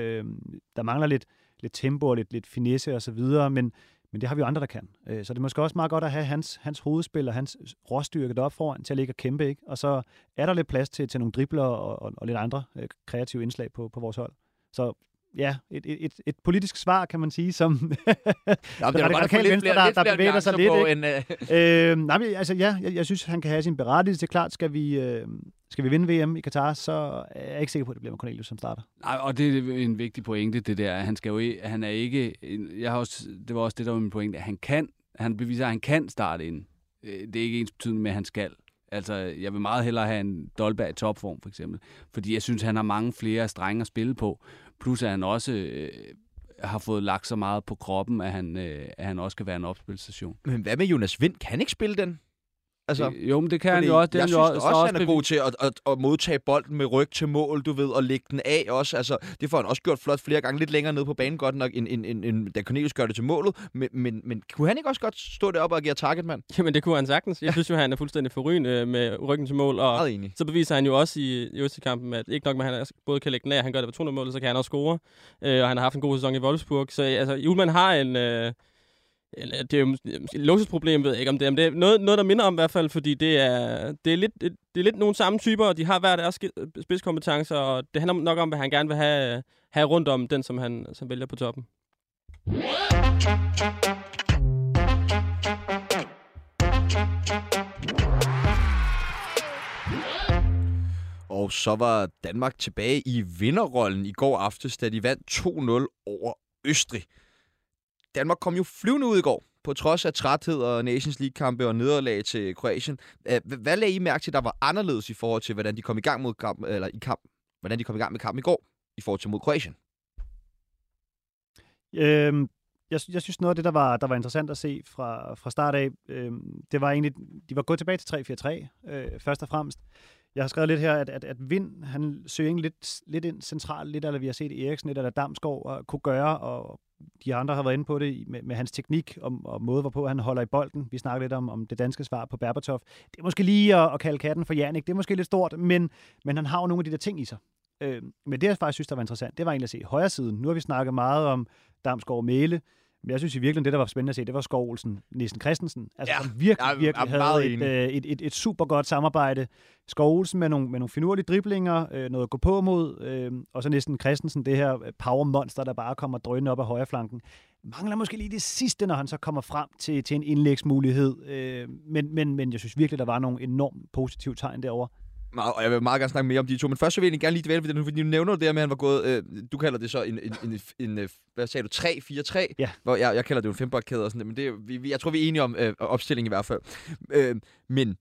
Der mangler lidt tempo og lidt finesse og så videre, men det har vi jo andre, der kan. Så det er måske også meget godt at have hans hovedspil og hans råstyrke deroppe foran til at ligge og kæmpe, ikke? Og så er der lidt plads til nogle dribler og lidt andre kreative indslag på vores hold. Så ja, et politisk svar, kan man sige, som radikale venstre, der bevæger sig lidt. Nej, men altså, ja, jeg synes, han kan have sin berettigelse. Det er klart, skal vi vinde VM i Katar, så er jeg ikke sikker på, at det bliver med Cornelius som starter. Nej, og det er en vigtig pointe, det der. Han er ikke... det var også det, der var min pointe. Han beviser, at han kan starte ind. Det er ikke ens betydende med, at han skal. Altså, jeg vil meget hellere have en Dolberg i topform, for eksempel. Fordi jeg synes, han har mange flere strenge at spille på. Plus, at han også har fået lagt så meget på kroppen, at han også kan være en opspilstation. Men hvad med Jonas Vind? Kan han ikke spille den? Altså, jo, men det kan han jo også. Jeg synes også, han er god til at modtage bolden med ryg til mål, du ved, og lægge den af også. Altså, det får han også gjort flot flere gange, lidt længere nede på banen godt nok, end da Cornelius gør det til målet. Men kunne han ikke også godt stå deroppe og agere targetmand? Jamen, det kunne han sagtens. Jeg synes jo, han er fuldstændig forrygende med ryggen til mål. Og så beviser han jo også i Østrig-kampen, at ikke nok med, at han både kan lægge den af, han gør det på 200-målet, så kan han også score. Og han har haft en god sæson i Wolfsburg. Så altså, Hjulmand har det er jo et luksusproblem, ved jeg ikke om det er. Men det er noget, der minder om i hvert fald, fordi det er lidt nogle samme typer, og de har hver deres spidskompetencer, og det handler nok om, hvad han gerne vil have rundt om den, som han vælger på toppen. Og så var Danmark tilbage i vinderrollen i går aftes, da de vandt 2-0 over Østrig. Danmark kom jo flyvende ud i går, på trods af træthed og Nations League-kampe og nederlag til Kroatien. Hvad lagde I mærke til, der var anderledes i forhold til, hvordan de kom i gang med kampen i går, i forhold til mod Kroatien? Jeg synes noget af det, der var interessant at se fra start af, det var egentlig, de var gået tilbage til 3-4-3, først og fremmest. Jeg har skrevet lidt her, at Vind, han søger egentlig lidt ind centralt, lidt eller vi har set Eriksen, lidt eller Damsgaard kunne gøre, og de andre har været inde på det med hans teknik og måde, hvorpå han holder i bolden. Vi snakker lidt om det danske svar på Berbatov. Det er måske lige at kalde katten for Jannik. Det er måske lidt stort, men han har jo nogle af de der ting i sig. Men det, jeg faktisk synes, der var interessant, det var egentlig at se højre siden. Nu har vi snakket meget om Damsgaard Mæhle, men jeg synes i virkeligheden, det, der var spændende at se, det var Skov Olsen, Nielsen Christensen. Altså, som virkelig havde et super godt samarbejde. Skov Olsen med nogle finurlige driblinger, noget at gå på mod, og så Nielsen Christensen, det her power-monster, der bare kommer drønende op ad højre flanken. Mangler måske lige det sidste, når han så kommer frem til en indlægsmulighed. Men jeg synes virkelig, der var nogle enormt positive tegn derovre. Og jeg vil meget gerne snakke mere om de to, men først så vil jeg gerne lige dvæle ved det, fordi du nævner det her med, at han var gået, du kalder det så en hvad sagde du, 3-4-3, ja. Hvor jeg kalder det jo en femboldkæde og sådan det, men jeg tror, vi er enige om opstillingen i hvert fald. Men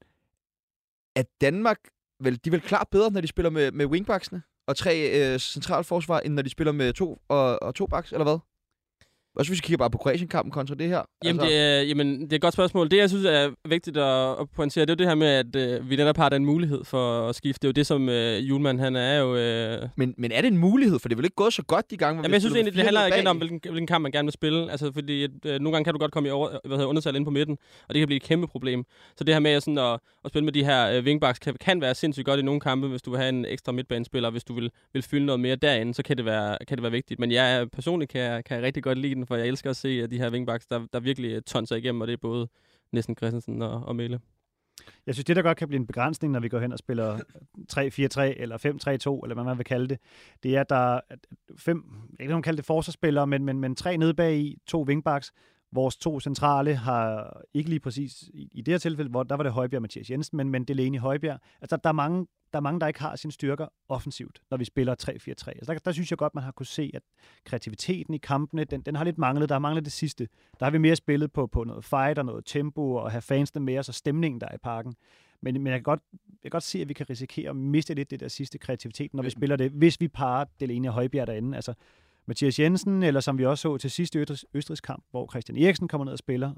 at Danmark, de er vel klart bedre, når de spiller med wingbacksene og 3 centralforsvar, end når de spiller med 2 backs, eller hvad? Også hvis vi kigger bare på Kroatien-kampen kontra det her. Jamen, det er et godt spørgsmål. Det, jeg synes er vigtigt at pointere, det er jo det her med, at vi netop har den mulighed for at skifte. Det er jo det, som Hjulmand, han er jo... Men er det en mulighed? For det er vel ikke gået så godt de gange, hvor jeg synes egentlig, det handler igen om, hvilken kamp man gerne vil spille. Altså, fordi nogle gange kan du godt komme i undertal ind på midten, og det kan blive et kæmpe problem. Så det her med sådan at spille med de her wingbacks kan være sindssygt godt i nogle kampe, hvis du vil have en ekstra midtbanespiller, hvis du vil fylde noget mere derinde, så kan det være vigtigt. Men jeg personligt kan jeg rigtig godt lide den, for jeg elsker at se de her wingbacks, der virkelig tonser igennem, og det er både Nielsen Christensen og Mæhle. Jeg synes, det der godt kan blive en begrænsning, når vi går hen og spiller 3-4-3 eller 5-3-2, eller hvad man vil kalde det, det er, at der er 5, jeg kan ikke kalde det forsvarsspillere, men 3 nede bag i, 2 wingbacks. Vores 2 centrale har ikke lige præcis, i det her tilfælde, hvor der var det Højbjerg og Mathias Jensen, men Delaney Højbjerg. Altså, der er mange, der ikke har sine styrker offensivt, når vi spiller 3-4-3. Altså, der synes jeg godt, man har kunne se, at kreativiteten i kampene, den har lidt manglet. Der har manglet det sidste. Der har vi mere spillet på noget fight og noget tempo, og have fansene med os, og stemningen der er i parken. Men jeg kan godt se, at vi kan risikere at miste lidt det der sidste kreativitet, når vi spiller det, hvis vi parer Delaney og Højbjerg derinde. Altså, Mathias Jensen, eller som vi også så til sidste Østrigs kamp, hvor Christian Eriksen kommer ned og spiller,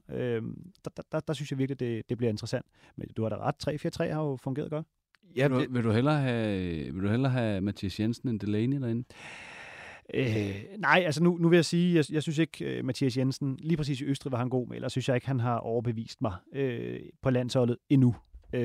der synes jeg virkelig, det bliver interessant. Men du har da ret, 3-4-3 har jo fungeret godt. Ja, vil du hellere have Mathias Jensen end Delaney derinde? Nej, altså nu vil jeg sige, jeg synes ikke, Mathias Jensen, lige præcis i Østrig var han god med, eller synes jeg ikke, han har overbevist mig på landsholdet endnu.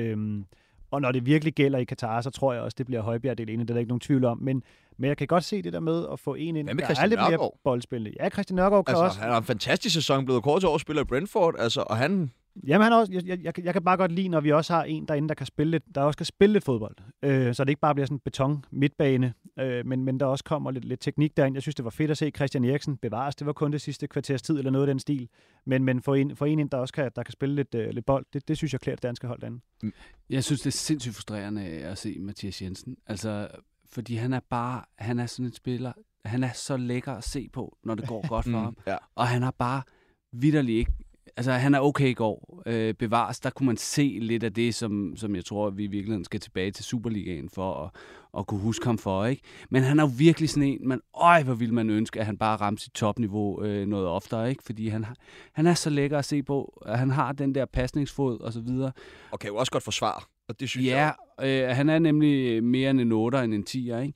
Og når det virkelig gælder i Katar, så tror jeg også, det bliver Højbjerg Delaney, det er der ikke nogen tvivl om. Men jeg kan godt se det der med at få en ind, der er lidt mere boldspillende. Ja, Christian Nørgaard kan også. Han har en fantastisk sæson, blevet kort til årsspiller i Brentford, altså, og han... Jamen, han også, jeg kan bare godt lide, når vi også har en derinde, der også kan spille lidt fodbold. Så det ikke bare bliver sådan en beton midtbane, men der også kommer lidt teknik derind. Jeg synes, det var fedt at se Christian Eriksen bevares. Det var kun det sidste kvarters tid eller noget af den stil. Men for en ind, der også kan spille lidt bold, det synes jeg klæder det danske hold derinde. Jeg synes, det er sindssygt frustrerende at se Mathias Jensen. Altså, fordi han er sådan en spiller, han er så lækker at se på, når det går godt for ham. Ja. Og han har bare vitterligt ikke... Altså, han er okay i går. Bevares, der kunne man se lidt af det, som jeg tror, vi i virkeligheden skal tilbage til Superligaen for at kunne huske ham for, ikke? Men han er jo virkelig sådan en, hvor vil man ønske, at han bare ramte sit topniveau noget oftere, ikke? Fordi han er så lækker at se på, at han har den der pasningsfod og så videre. Og kan jo også godt forsvare, og det synes jeg. Ja, han er nemlig mere end en 8'er end en 10'er, ikke?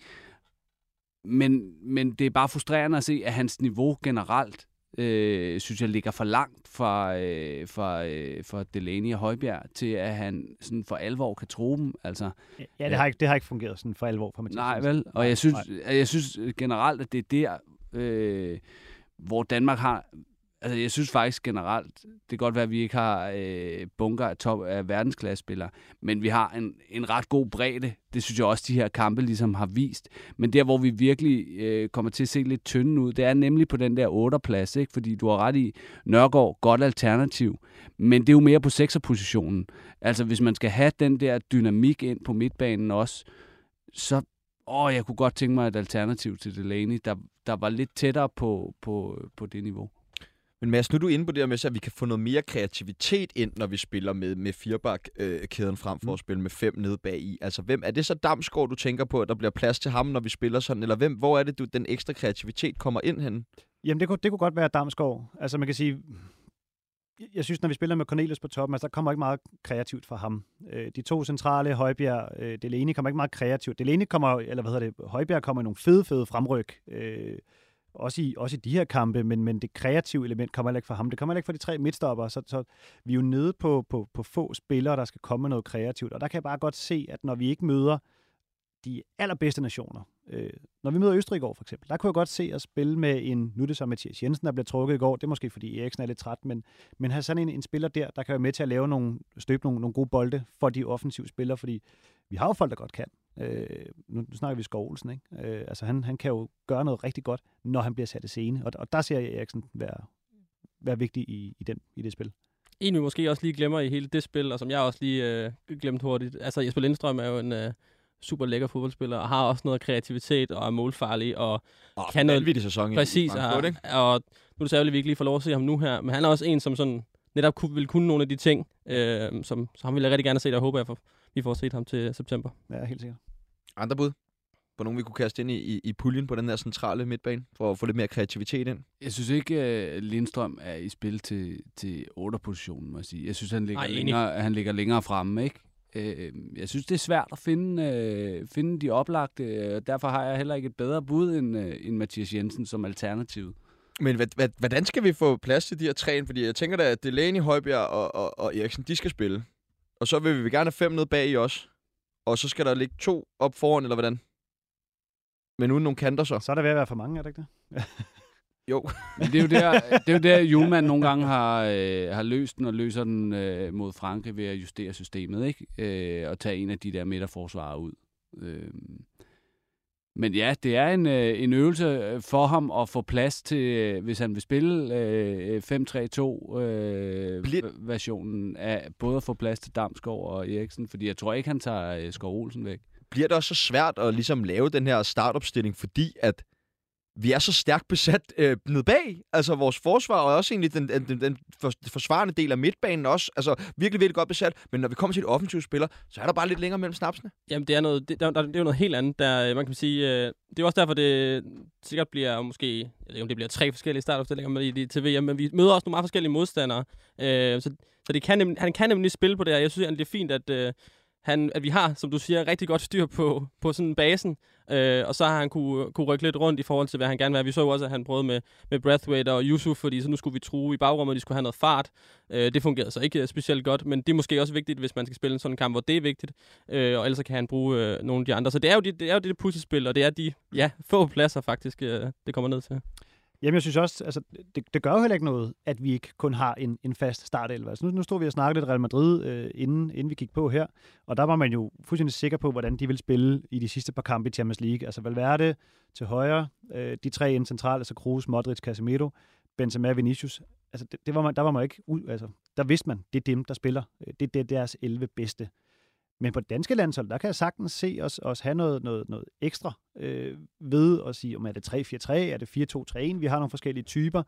Men det er bare frustrerende at se, at hans niveau generelt synes jeg ligger for langt fra Delaney og Højbjerg til, at han sådan for alvor kan tro dem. Altså, ja, det har ikke fungeret sådan for alvor for Mathias. Nej, vel? Og jeg synes generelt, at det er der, hvor Danmark har... Altså, jeg synes faktisk generelt, det kan godt være, at vi ikke har bunker af verdensklassespillere, men vi har en ret god bredde. Det synes jeg også, de her kampe ligesom har vist. Men der, hvor vi virkelig kommer til at se lidt tynde ud, det er nemlig på den der 8'er-plads, ikke? Fordi du har ret i Nørgaard, godt alternativ. Men det er jo mere på 6'er-positionen. Altså, hvis man skal have den der dynamik ind på midtbanen også, så... jeg kunne godt tænke mig et alternativ til Delaney, der var lidt tættere på det niveau. Men Mads, nu er du inde på det her med, at vi kan få noget mere kreativitet ind, når vi spiller med firebak-kæden frem for at spille med 5 nede bag i. Altså, hvem er det så Damsgaard, du tænker på, at der bliver plads til ham, når vi spiller sådan? Eller hvor er det, den ekstra kreativitet kommer ind hen? Jamen, det kunne godt være Damsgaard. Altså, man kan sige... Jeg synes, når vi spiller med Cornelius på toppen, altså, der kommer ikke meget kreativt fra ham. De 2 centrale, Højbjerg, Delaney, kommer ikke meget kreativt. Højbjerg kommer i nogle fede fremryk. også i de her kampe, men det kreative element kommer heller ikke fra ham. Det kommer heller ikke fra de 3 midtstopper, så vi er jo nede på få spillere, der skal komme med noget kreativt. Og der kan jeg bare godt se, at når vi ikke møder de allerbedste nationer, når vi møder Østrig i går for eksempel, der kunne jeg godt se at spille med nu er det så Mathias Jensen, der blev trukket i går. Det er måske fordi Eriksen er lidt træt, men have sådan en spiller der kan være med til at lave støbe nogle gode bolde for de offensive spillere, fordi vi har jo folk, der godt kan. Nu snakker vi Skov Olsen, ikke? Altså han kan jo gøre noget rigtig godt, når han bliver sat i scene, og der ser jeg Eriksen være vigtig i det spil. En vi måske også lige glemmer i hele det spil, og som jeg også lige glemte hurtigt, altså Jesper Lindstrøm er jo en super lækker fodboldspiller, og har også noget kreativitet, og er målfarlig, og kan noget sæson præcis, og nu er det særligt, at vi ikke lige får lov at se ham nu her, men han er også en, som sådan netop vil kunne nogle af de ting, som han vil jeg rigtig gerne se, og håber jeg, vi får set ham til september. Ja, helt sikkert. Andre bud på nogen, vi kunne kaste ind i puljen på den her centrale midtbane, for at få lidt mere kreativitet ind? Jeg synes ikke, at Lindstrøm er i spil til 8'er-positionen, må jeg sige. Jeg synes, han ligger længere fremme, ikke? Jeg synes, det er svært at finde de oplagte. Derfor har jeg heller ikke et bedre bud end Mathias Jensen som alternativ. Men hvordan skal vi få plads til de her 3? Fordi jeg tænker da, at Delaney, Højbjerg og Eriksen, de skal spille. Og så vil vi gerne have 5 ned bag i os. Og så skal der ligge 2 op foran, eller hvordan? Men uden nogle kanter så. Så er der ved at være for mange, er det ikke det? Jo. Men det er jo der Hjulmand nogle gange har løst den, og løser den mod Frankrig ved at justere systemet, ikke? Og tage en af de der midterforsvarere ud. Men ja, det er en øvelse for ham at få plads til, hvis han vil spille 5-3-2-versionen af både at få plads til Damsgaard og Eriksen, fordi jeg tror ikke, han tager Skov Olsen væk. Bliver det også så svært at ligesom lave den her startopstilling, fordi at vi er så stærkt besat ned bag. Altså vores forsvar og også egentlig den forsvarende del af midtbanen også. Altså virkelig, virkelig godt besat. Men når vi kommer til et offensivt spiller, så er der bare lidt længere mellem snapsene. Jamen det er jo noget helt andet. Der, man kan sige, det er også derfor, det sikkert bliver måske, jeg ved ikke om det bliver 3 forskellige startopstillinger til VM, men vi møder også nogle meget forskellige modstandere. Så han kan nemlig spille på det her. Jeg synes, det er fint, at vi har, som du siger, rigtig godt styr på sådan basen, og så har han kunne rykke lidt rundt i forhold til, hvad han gerne vil have. Vi så jo også, at han prøvede med Brathwaite og Yusuf, fordi så nu skulle vi true i bagrummet, de skulle have noget fart. Det fungerede så ikke specielt godt, men det er måske også vigtigt, hvis man skal spille en sådan kamp, hvor det er vigtigt, og ellers kan han bruge nogle af de andre. Så det er jo det puslespil, og det er de få pladser faktisk, det kommer ned til. Jamen, jeg synes også, altså, det gør jo heller ikke noget, at vi ikke kun har en fast startelver. Altså, nu stod vi og snakkede lidt Real Madrid, inden vi gik på her, og der var man jo fuldstændig sikker på, hvordan de ville spille i de sidste par kampe i Champions League. Altså Valverde til højre, de 3 ind centralt, altså Kroos, Modric, Casemiro, Benzema, Vinicius. Altså, der var man ikke altså, der vidste man, det er dem, der spiller. Det er deres 11 bedste. Men på det danske landshold, der kan jeg sagtens se os have noget ekstra ved at sige, om er det 3-4-3, er det 4-2-3-1, vi har nogle forskellige typer.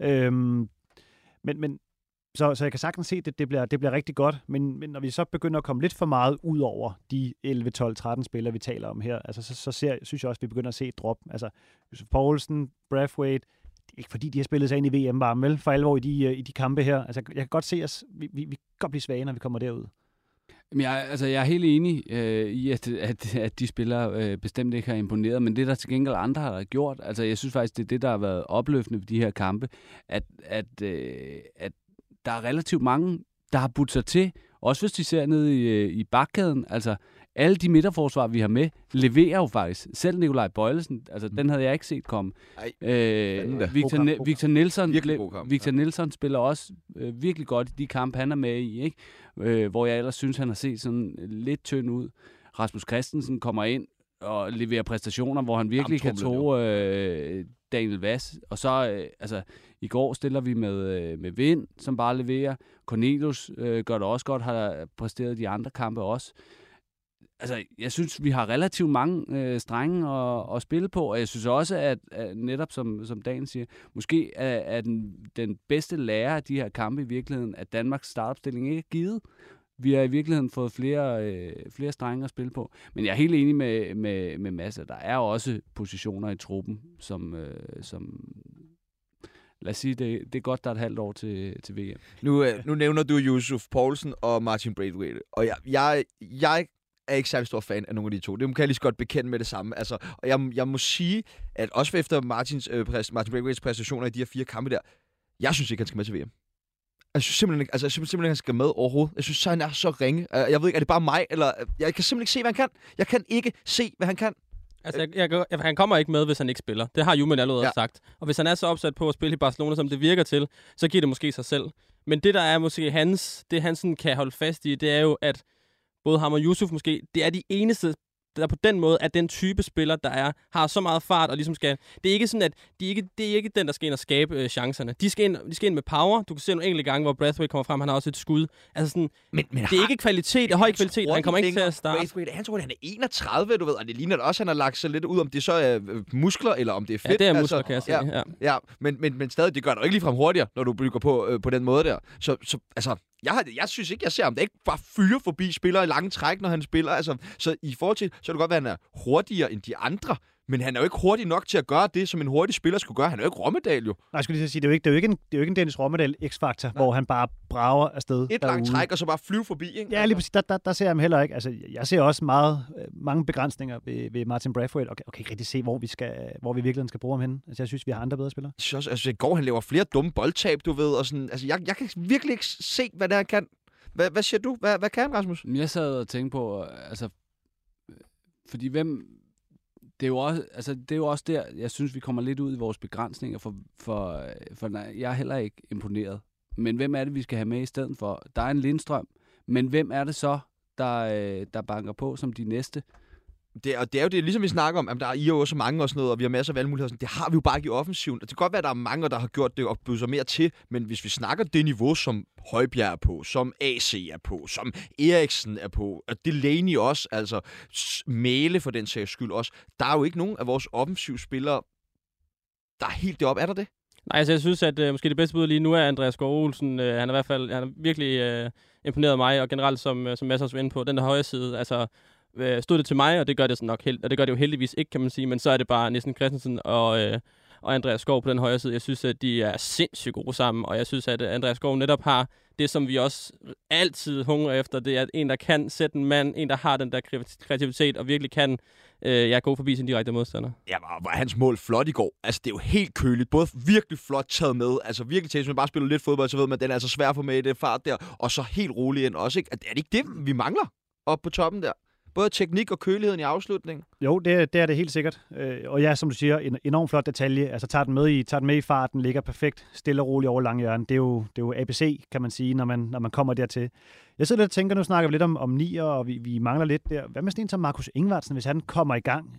Så jeg kan sagtens se, at det bliver rigtig godt, men når vi så begynder at komme lidt for meget ud over de 11, 12, 13 spillere, vi taler om her, altså så synes jeg også, at vi begynder at se et drop. Altså Josef Poulsen, Brathwaite, det er ikke fordi, de har spillet sig ind i VM-varme, vel, for alvor i de kampe her. Altså jeg kan godt se os, vi kan godt blive svage, når vi kommer derud. Jeg er helt enig i, at de spillere bestemt ikke har imponeret, men det der til gengæld andre har gjort, altså jeg synes faktisk, det er det, der har været opløftende ved de her kampe, at der er relativt mange, der har budt sig til, også hvis de ser ned i bakkæden, altså alle de midterforsvar, vi har med, leverer jo faktisk. Selv Nikolaj Bøjlesen, altså den havde jeg ikke set komme. Victor Nilsson spiller også virkelig godt i de kampe, han er med i, ikke? Hvor jeg ellers synes, han har set sådan lidt tynd ud. Rasmus Christensen kommer ind og leverer præstationer, hvor han virkelig kan tåge Daniel Vass. Og så, i går stiller vi med Vind, som bare leverer. Cornelius gør det også godt, har præsteret de andre kampe også. Altså, jeg synes, vi har relativt mange strenge at spille på, og jeg synes også, at netop som Dan siger, måske er den bedste lærer af de her kampe i virkeligheden, at Danmarks startopstilling ikke er givet. Vi har i virkeligheden fået flere strenge at spille på. Men jeg er helt enig med Mads, at der er også positioner i truppen, som lad os sige, det er godt, der er et halvt år til VM. Nu nævner du Yusuf Poulsen og Martin Braithwaite, og jeg er ikke særlig stor fan af nogle af de to. Det kan jeg lige så godt bekende med det samme. Altså, og jeg må sige, at også efter Martin Braithwaites præstationer i de her 4 kampe der, jeg synes ikke, han skal med til VM. Jeg synes simpelthen, han skal med overhovedet. Jeg synes, han er så ringe. Jeg ved ikke, er det bare mig, eller... Jeg kan simpelthen ikke se, hvad han kan. Jeg kan ikke se, hvad han kan. Altså, han kommer ikke med, hvis han ikke spiller. Det har Juman allerede sagt. Og hvis han er så opsat på at spille i Barcelona, som det virker til, så giver det måske sig selv. Men det, der er måske han sådan kan holde fast i, det er jo, at både ham og Yusuf måske, det er de eneste, der på den måde er den type spiller, der har så meget fart og ligesom skal... Det er ikke sådan, at det er ikke den, der skal ind og skabe chancerne. De skal ind med power. Du kan se nogle enkelte gange, hvor Braithwaite kommer frem, han har også et skud. Altså sådan, men det er ikke kvalitet, det er høj kvalitet. Han kommer ikke til at starte. Braithwaite, han tror, han er 31, du ved, og det ligner også, han har lagt sig lidt ud, om det så er muskler, eller om det er fedt. Ja, det er muskler, kan jeg sige. Ja. Men stadig, det gør det ikke ligefrem hurtigere, når du bygger på den måde der. Så altså... Jeg synes ikke, jeg ser ham. Det er ikke bare fyre forbi spillere i lange træk, når han spiller. Altså, så i forhold til, så kan det godt være, at han er hurtigere end de andre. Men han er jo ikke hurtig nok til at gøre det, som en hurtig spiller skulle gøre. Han er jo ikke Rommedal, jo. Nej, jeg skulle lige sige, det er jo ikke en Dennis Rommedal X-faktor, hvor han bare brager afsted. Et langt træk, og så bare flyve forbi, ikke? Ja, lige præcis. Der ser jeg ham heller ikke. Altså, jeg ser også mange begrænsninger ved Martin Braithwaite, og kan ikke rigtig se, hvor vi virkelig skal bruge ham henne. Altså, jeg synes, vi har andre bedre spillere. Jeg synes også, altså, i går, han laver flere dumme boldtab, du ved, og sådan. Altså, jeg kan virkelig ikke se, hvad det her kan. Hvad siger du? Hvad kan han, Rasmus? Jeg sad og tænkte på, altså, fordi det er jo også der, jeg synes, vi kommer lidt ud i vores begrænsninger, for jeg er heller ikke imponeret. Men hvem er det, vi skal have med i stedet for? Der er en Lindstrøm, men hvem er det så, der banker på som de næste? Det er jo det, ligesom vi snakker om, at der er jo så mange og sådan noget, og vi har masser af valgmuligheder. Det har vi jo bare ikke i offensiven. Det kan godt være, at der er mange, der har gjort det og bydet sig mere til, men hvis vi snakker det niveau, som Højbjerg er på, som AC er på, som Eriksen er på, og Delaney også, altså Mæle for den sags skyld også, der er jo ikke nogen af vores offensivspillere, der er helt deroppe. Er der det? Nej, altså jeg synes, at måske det bedste bud lige nu er Andreas Skov Olsen. Han har virkelig imponeret mig, og generelt som Mads også var inde på, den der højre side, altså stod det til mig, og det gør det så nok og det gør det jo heldigvis ikke, kan man sige, men så er det bare Nielsen Christensen og Andreas Skov på den højre side. Jeg synes, at de er sindssygt gode sammen, og jeg synes, at Andreas Skov netop har det, som vi også altid hungrer efter. Det er en, der kan sætte en mand, en, der har den der kreativitet, og virkelig kan gå forbi sin direkte modstander. Ja, var hans mål flot i går. Altså, det er jo helt køligt. Både virkelig flot taget med, altså virkelig til, hvis man bare spiller lidt fodbold, så ved man, at den er altså svær at få med i det fart der, og så helt rolig ind også, ikke? Er det ikke det, vi mangler oppe på toppen der? Både teknik og køligheden i afslutningen. Jo, det er det helt sikkert. Og ja, som du siger, en enormt flot detalje. Altså tager den med i farten, ligger perfekt, stille og roligt over langhjørnen. Det er jo ABC, kan man sige, når man kommer dertil. Jeg sidder lidt og tænker, nu snakker vi lidt om nier, og vi mangler lidt der. Hvad med sådan en som Markus Ingvartsen, hvis han kommer i gang?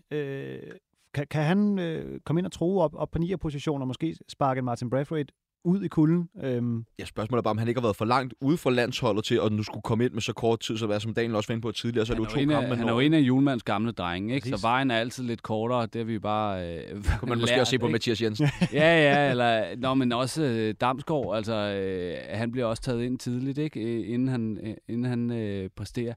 Kan han komme ind og tro op på nier-position, og måske sparke Martin Braithwaite ud i kulden? Ja, spørgsmålet er bare, om han ikke har været for langt ude for landsholdet til, og nu skulle komme ind med så kort tid, så som Daniel også var inde på tidligere, så er det jo 2 kampe. Han er jo en af Hjulmands gamle drenge, ikke? Så vejen er altid lidt kortere, det er vi bare kunne man måske også se på Mathias Jensen. ja, eller men også Damsgaard, altså han bliver også taget ind tidligt, ikke? Inden han præsterer.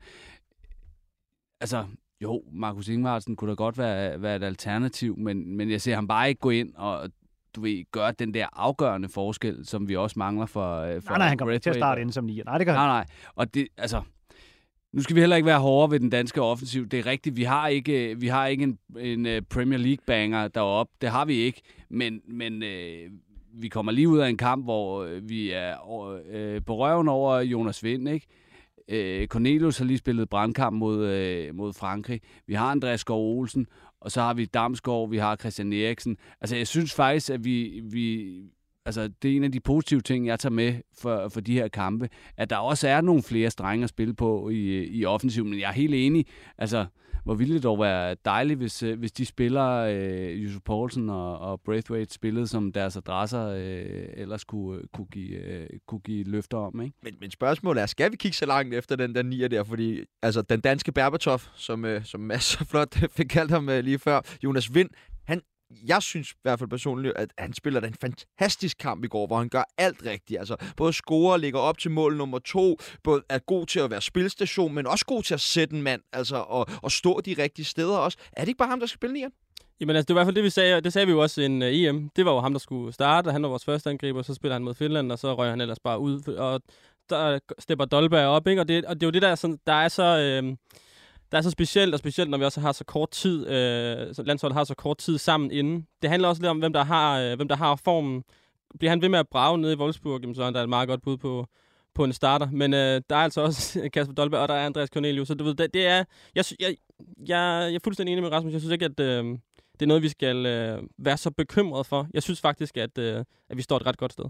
Altså, jo, Markus Ingvartsen kunne da godt være et alternativ, men jeg ser ham bare ikke gå ind og gøre den der afgørende forskel, som vi også mangler for Nej, han kommer ikke til at starte inden som 9. Nej, det gør han. Nej. Og det, altså, nu skal vi heller ikke være hårdere ved den danske offensiv. Det er rigtigt, vi har ikke en Premier League banger deroppe. Det har vi ikke, men vi kommer lige ud af en kamp, hvor vi er på røven over Jonas Vind, ikke? Cornelius har lige spillet brandkamp mod Frankrig. Vi har Andreas Skov Olsen, og så har vi Damsgaard, vi har Christian Eriksen. Altså, jeg synes faktisk, at altså, det er en af de positive ting, jeg tager med for de her kampe, at der også er nogle flere strenge at spille på i offensiven, men jeg er helt enig. Altså, hvor ville det dog være dejligt, hvis de spiller, Yusuf Poulsen og Braithwaite spillede, som deres adresser ellers kunne give løfter om, ikke? Men spørgsmålet er, skal vi kigge så langt efter den der nier der? Fordi altså, den danske Berbatov, som Mads så flot fik kaldt ham lige før, Jonas Vind, jeg synes i hvert fald personligt, at han spiller en fantastisk kamp i går, hvor han gør alt rigtigt. Altså, både scorer, ligger op til mål nummer 2, både er god til at være spilstation, men også god til at sætte en mand, altså, og stå de rigtige steder også. Er det ikke bare ham, der skal spille nieren? Jamen altså, det var i hvert fald det, vi sagde. Det sagde vi jo også i en EM. Det var jo ham, der skulle starte, og han var vores første angriber, så spiller han mod Finland, og så røg han ellers bare ud. Og der stepper Dolberg op, ikke? Og det er jo det, der er så... der er så specielt, og specielt når vi også har så kort tid, så landsholdet har så kort tid sammen inden. Det handler også lidt om, hvem der har formen. Bliver han ved med at brage nede i Wolfsburg, så er der et meget godt bud på en starter. Men der er altså også Kasper Dolberg, og der er Andreas Cornelius. Så du ved, det er... Jeg er fuldstændig enig med Rasmus. Jeg synes ikke, at det er noget, vi skal være så bekymret for. Jeg synes faktisk, at vi står et ret godt sted.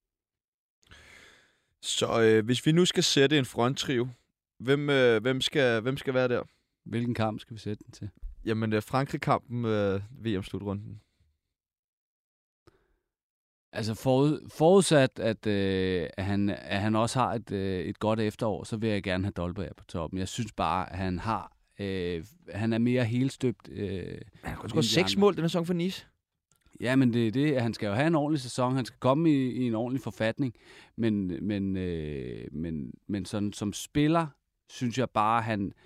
Så hvis vi nu skal sætte en fronttrio, hvem skal være der? Hvilken kamp skal vi sætte den til? Jamen, Frankrig-kampen, VM-slutrunden. Altså forudsat, at han også har et godt efterår, så vil jeg gerne have Dolberg på toppen. Jeg synes bare, at han er mere helstøbt. Han har scoret 6 mål den sæson for Nice. Ja, men det er det. Han skal jo have en ordentlig sæson. Han skal komme i en ordentlig forfatning. Men sådan som spiller, synes jeg bare,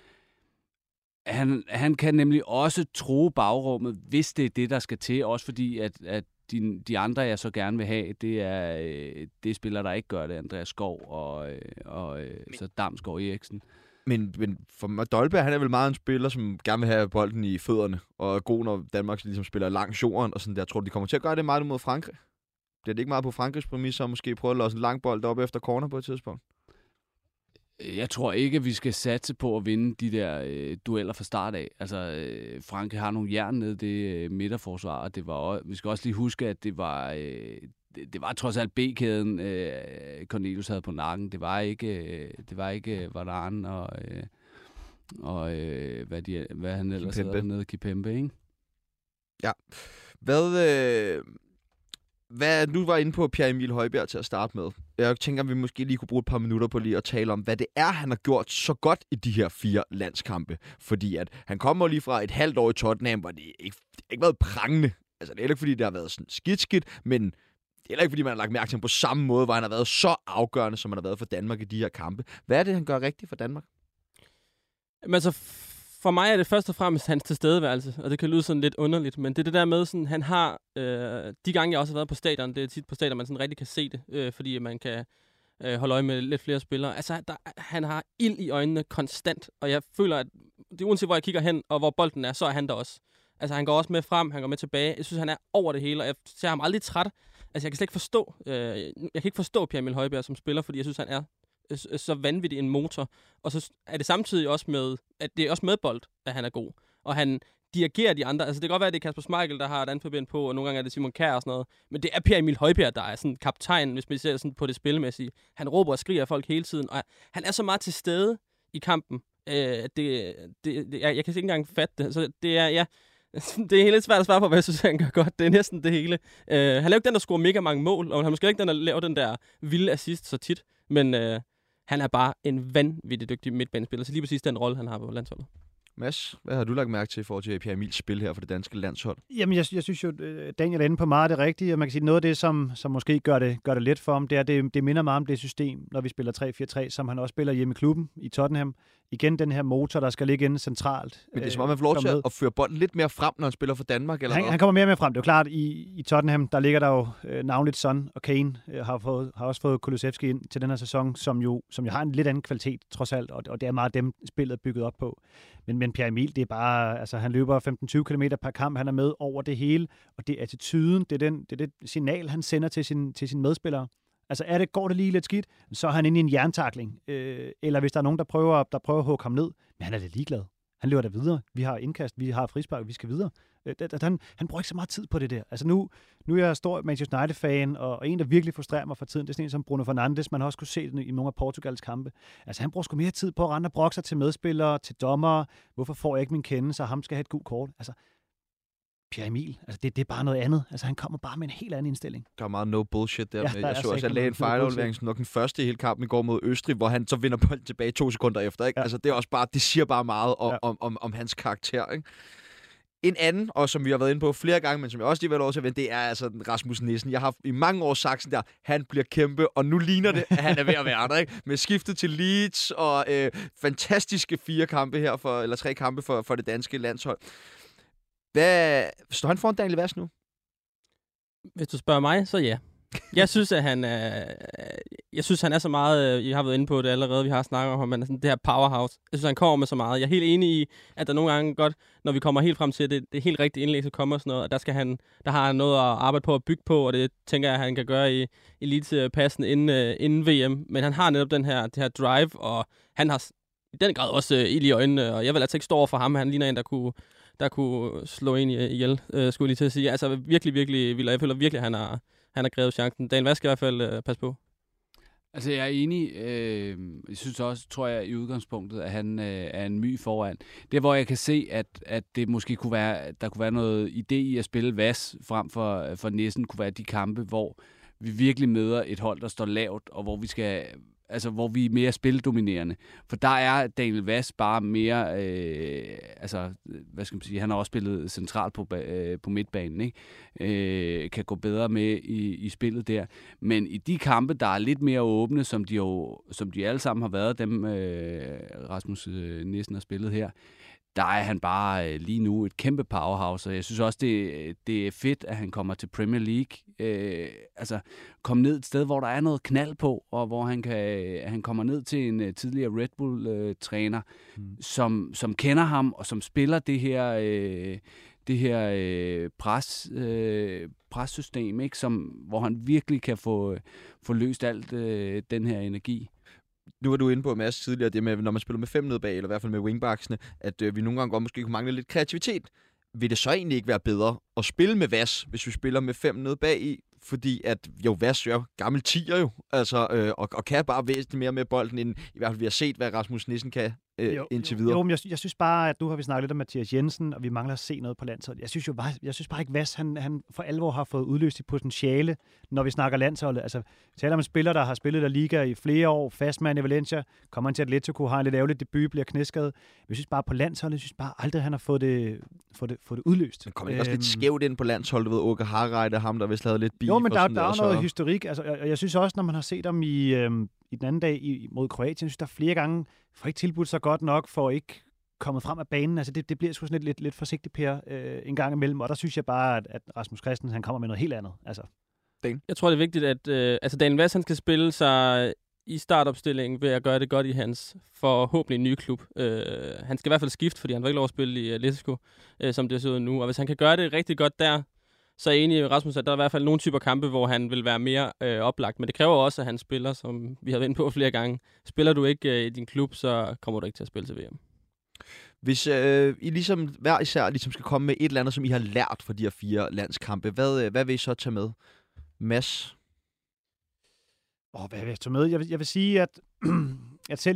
han kan nemlig også true bagrummet, hvis det er det, der skal til. Også fordi, at de andre, jeg så gerne vil have, det er spillere, der ikke gør det. Andreas Skov og så Damsgaard Eriksen. Men for Dolberg, han er vel meget en spiller, som gerne vil have bolden i fødderne, og er god, når Danmark ligesom spiller langs jorden, og sådan der. Tror du, de kommer til at gøre det meget mod Frankrig? Bliver det ikke meget på Frankrigs præmisser, og måske prøve at låse en lang bold op efter corner på et tidspunkt? Jeg tror ikke, vi skal satse på at vinde de der dueller fra start af. Altså, Frankrig har nogle jern nede det midterforsvar, og vi skal også lige huske, at det var trods alt B-kæden, Cornelius havde på nakken. Det var ikke Varane og hvad han ellers havde nede, Kipembe, ikke? Ja. Hvad nu var inde på Pierre Emil Højbjerg til at starte med. Jeg tænker, at vi måske lige kunne bruge et par minutter på lige at tale om, hvad det er, han har gjort så godt i de her 4 landskampe. Fordi at han kommer lige fra et halvt år i Tottenham, hvor det ikke været prangende. Altså, det er ikke, fordi det har været sådan skidt, men det er heller ikke, fordi man har lagt mærke til ham på samme måde, hvor han har været så afgørende, som han har været for Danmark i de her kampe. Hvad er det, han gør rigtigt for Danmark? Men altså, for mig er det først og fremmest hans tilstedeværelse, og det kan lyde sådan lidt underligt, men det er det der med, sådan, han har, de gange jeg også har været på stadion, det er tit på stadion, man sådan rigtig kan se det, fordi man kan holde øje med lidt flere spillere. Altså, han har ild i øjnene konstant, og jeg føler, at det uanset hvor jeg kigger hen, og hvor bolden er, så er han der også. Altså, han går også med frem, han går med tilbage. Jeg synes, han er over det hele, og jeg ser ham aldrig træt. Altså, jeg kan slet ikke forstå, Pierre Emil Højbjerg som spiller, fordi jeg synes, han er så vanvittig en motor. Og så er det samtidig også med, at det er også med bold, at han er god. Og han dirigerer de andre. Altså, det kan godt være, at det er Kasper Schmeichel, der har et anforbind på, og nogle gange er det Simon Kjær og sådan noget. Men det er Pierre Emil Højbjerg, der er sådan kaptajn, hvis man ser sådan på det spillemæssige. Han råber og skriger af folk hele tiden, og han er så meget til stede i kampen. Jeg kan ikke engang fatte det. Så det er, ja, det er helt svært at svare på, hvad jeg synes, han gør godt. Det er næsten det hele. Han er jo ikke den, der scorer mega mange mål, og han er måske ikke den, der laver den der vilde assist så tit. Men han er bare en vanvittig dygtig midtbanespiller. Så lige præcis den rolle, han har på landsholdet. Mads, hvad har du lagt mærke til i forhold til Pierre Emils spil her for det danske landshold? Jamen, jeg synes jo, Daniel er inde på meget det rigtige, og man kan sige, noget af det, som måske gør det let for ham, det minder meget om det system, når vi spiller 3-4-3, som han også spiller hjemme i klubben i Tottenham. Igen den her motor, der skal ligge inde centralt. Men det er som om, man får lov til at føre bolden lidt mere frem, når han spiller for Danmark, eller han kommer mere frem. Det er jo klart, i Tottenham, der ligger der jo navnligt Son og Kane, har også fået Kulusevski ind til den her sæson, som jo har en lidt anden kvalitet, trods alt, og det er meget dem, spillet er bygget op på. Men Pierre Emil, det er bare, altså han løber 15-20 km per kamp, han er med over det hele, og det er attituden, det er det signal, han sender til sine medspillere. Altså går det lige lidt skidt, så er han inde i en jerntakling. Eller hvis der er nogen, der prøver at hugge ham ned, men han er lidt ligeglad. Han løber der videre. Vi har indkast, vi har frispark, vi skal videre. Han bruger ikke så meget tid på det der. Altså nu er jeg stor Manchester United-fan, og en, der virkelig frustrerer mig for tiden, det er sådan en som Bruno Fernandes. Man har også kunne se det i nogle af Portugals kampe. Altså han bruger sgu mere tid på at rende og brokke sig til medspillere, til dommere. Hvorfor får jeg ikke min kendelse, og ham skal have et gult kort? Altså, Pierre Emil, altså det er bare noget andet. Altså han kommer bare med en helt anden indstilling. Der er meget no bullshit der. Ja, jeg så også, at jeg lagde en fejlaflevering, som nok den første i hele kampen i går mod Østrig, hvor han så vinder bolden tilbage 2 sekunder efter. Ikke? Ja. Altså det er også bare, det siger bare meget om hans karakter. Ikke? En anden, og som vi har været inde på flere gange, men som jeg også lige vil have lov til at vende, det er altså Rasmus Nissen. Jeg har i mange år sagt sådan der, han bliver kæmpe, og nu ligner det, at han er ved at være der, ikke? Med skiftet til Leeds og fantastiske 3 kampe for det danske landshold. Står han foran Daniel Vaz nu? Hvis du spørger mig, så ja. Jeg synes, at han er så meget, I har været inde på det allerede, vi har snakket om ham, men sådan det her powerhouse. Jeg synes, han kommer med så meget. Jeg er helt enig i, at der nogle gange godt, når vi kommer helt frem til, at det er helt rigtigt indlæg, så kommer sådan noget, og der har han noget at arbejde på at bygge på, og det tænker jeg, at han kan gøre i elitepassen inden VM. Men han har netop det her drive, og han har i den grad også ild i øjnene, og jeg vil altså ikke stå over for ham. Han ligner en, der kunne slå en ihjel, skulle jeg lige til at sige. Altså virkelig, virkelig vild, og jeg føler virkelig, at han har grebet chancen. Dan Vask i hvert fald pas på. Altså, jeg er enig. Jeg synes også, tror jeg, i udgangspunktet, at han er en my foran. Det, hvor jeg kan se, at det måske kunne være, der kunne være noget idé i at spille Vas frem for Nissen, kunne være de kampe, hvor vi virkelig møder et hold, der står lavt, og hvor vi er mere spildominerende. For der er Daniel Vas bare mere, hvad skal man sige, han har også spillet centralt på midtbanen, ikke? Kan gå bedre med i spillet der. Men i de kampe, der er lidt mere åbne, som de alle sammen har været, dem Rasmus Nissen har spillet her, der er han bare lige nu et kæmpe powerhouse, og jeg synes også, det er fedt, at han kommer til Premier League. Komme ned et sted, hvor der er noget knald på, og hvor han kommer ned til en tidligere Red Bull-træner, som kender ham, og som spiller det her pressystem, ikke? Hvor han virkelig kan få løst alt den her energi. Nu var du inde på, Mads, tidligere, det med, når man spiller med 5 nede bag, eller i hvert fald med wingbacksene, at vi nogle gange godt måske kunne mangle lidt kreativitet. Vil det så egentlig ikke være bedre at spille med Vas, hvis vi spiller med 5 nede bag i? Fordi at Vas er jo gammel 10'er jo, og kan bare væsentligt mere med bolden, end i hvert fald vi har set, hvad Rasmus Nissen kan indtil videre. Jo, men jeg synes bare, at nu har vi snakket lidt om Mathias Jensen, og vi mangler at se noget på landsholdet. Jeg synes bare ikke, Vas han for alvor har fået udløst sit potentiale, når vi snakker landsholdet. Altså, vi taler om en spiller, der har spillet der Liga i flere år, fastmand i Valencia, kommer han til Atletico, har en lidt ærgerlig debut, bliver knæsket. Jeg synes bare på landsholdet, jeg synes bare aldrig, han har fået det udløst. Men kommer ikke også lidt skævt ind på landsholdet, ved Åke Harreide, ham der vist havde lidt beef? Jo, men der er noget historik. Altså, og jeg synes også, når man har set ham i den anden dag mod Kroatien, jeg synes, der flere gange får ikke tilbudt sig godt nok, for ikke kommet frem af banen. Altså, det bliver sgu sådan lidt forsigtigt, Per, en gang imellem. Og der synes jeg bare, at Rasmus Christensen, han kommer med noget helt andet. Altså. Jeg tror, det er vigtigt, at Daniel Vas, han skal spille sig i startopstillingen ved at gøre det godt i hans forhåbentlig nye klub. Han skal i hvert fald skifte, fordi han var ikke lov at spille i Atletico, som det ser ud nu. Og hvis han kan gøre det rigtig godt der, så er jeg enig i Rasmus, at der er i hvert fald nogle typer kampe, hvor han vil være mere oplagt. Men det kræver også, at han spiller, som vi har været inde på flere gange. Spiller du ikke i din klub, så kommer du ikke til at spille til VM. Hvis I ligesom hver især ligesom skal komme med et eller andet, som I har lært fra de her 4 landskampe, hvad vil I så tage med? Mads? Hvad vil jeg tage med? Jeg vil sige, at selv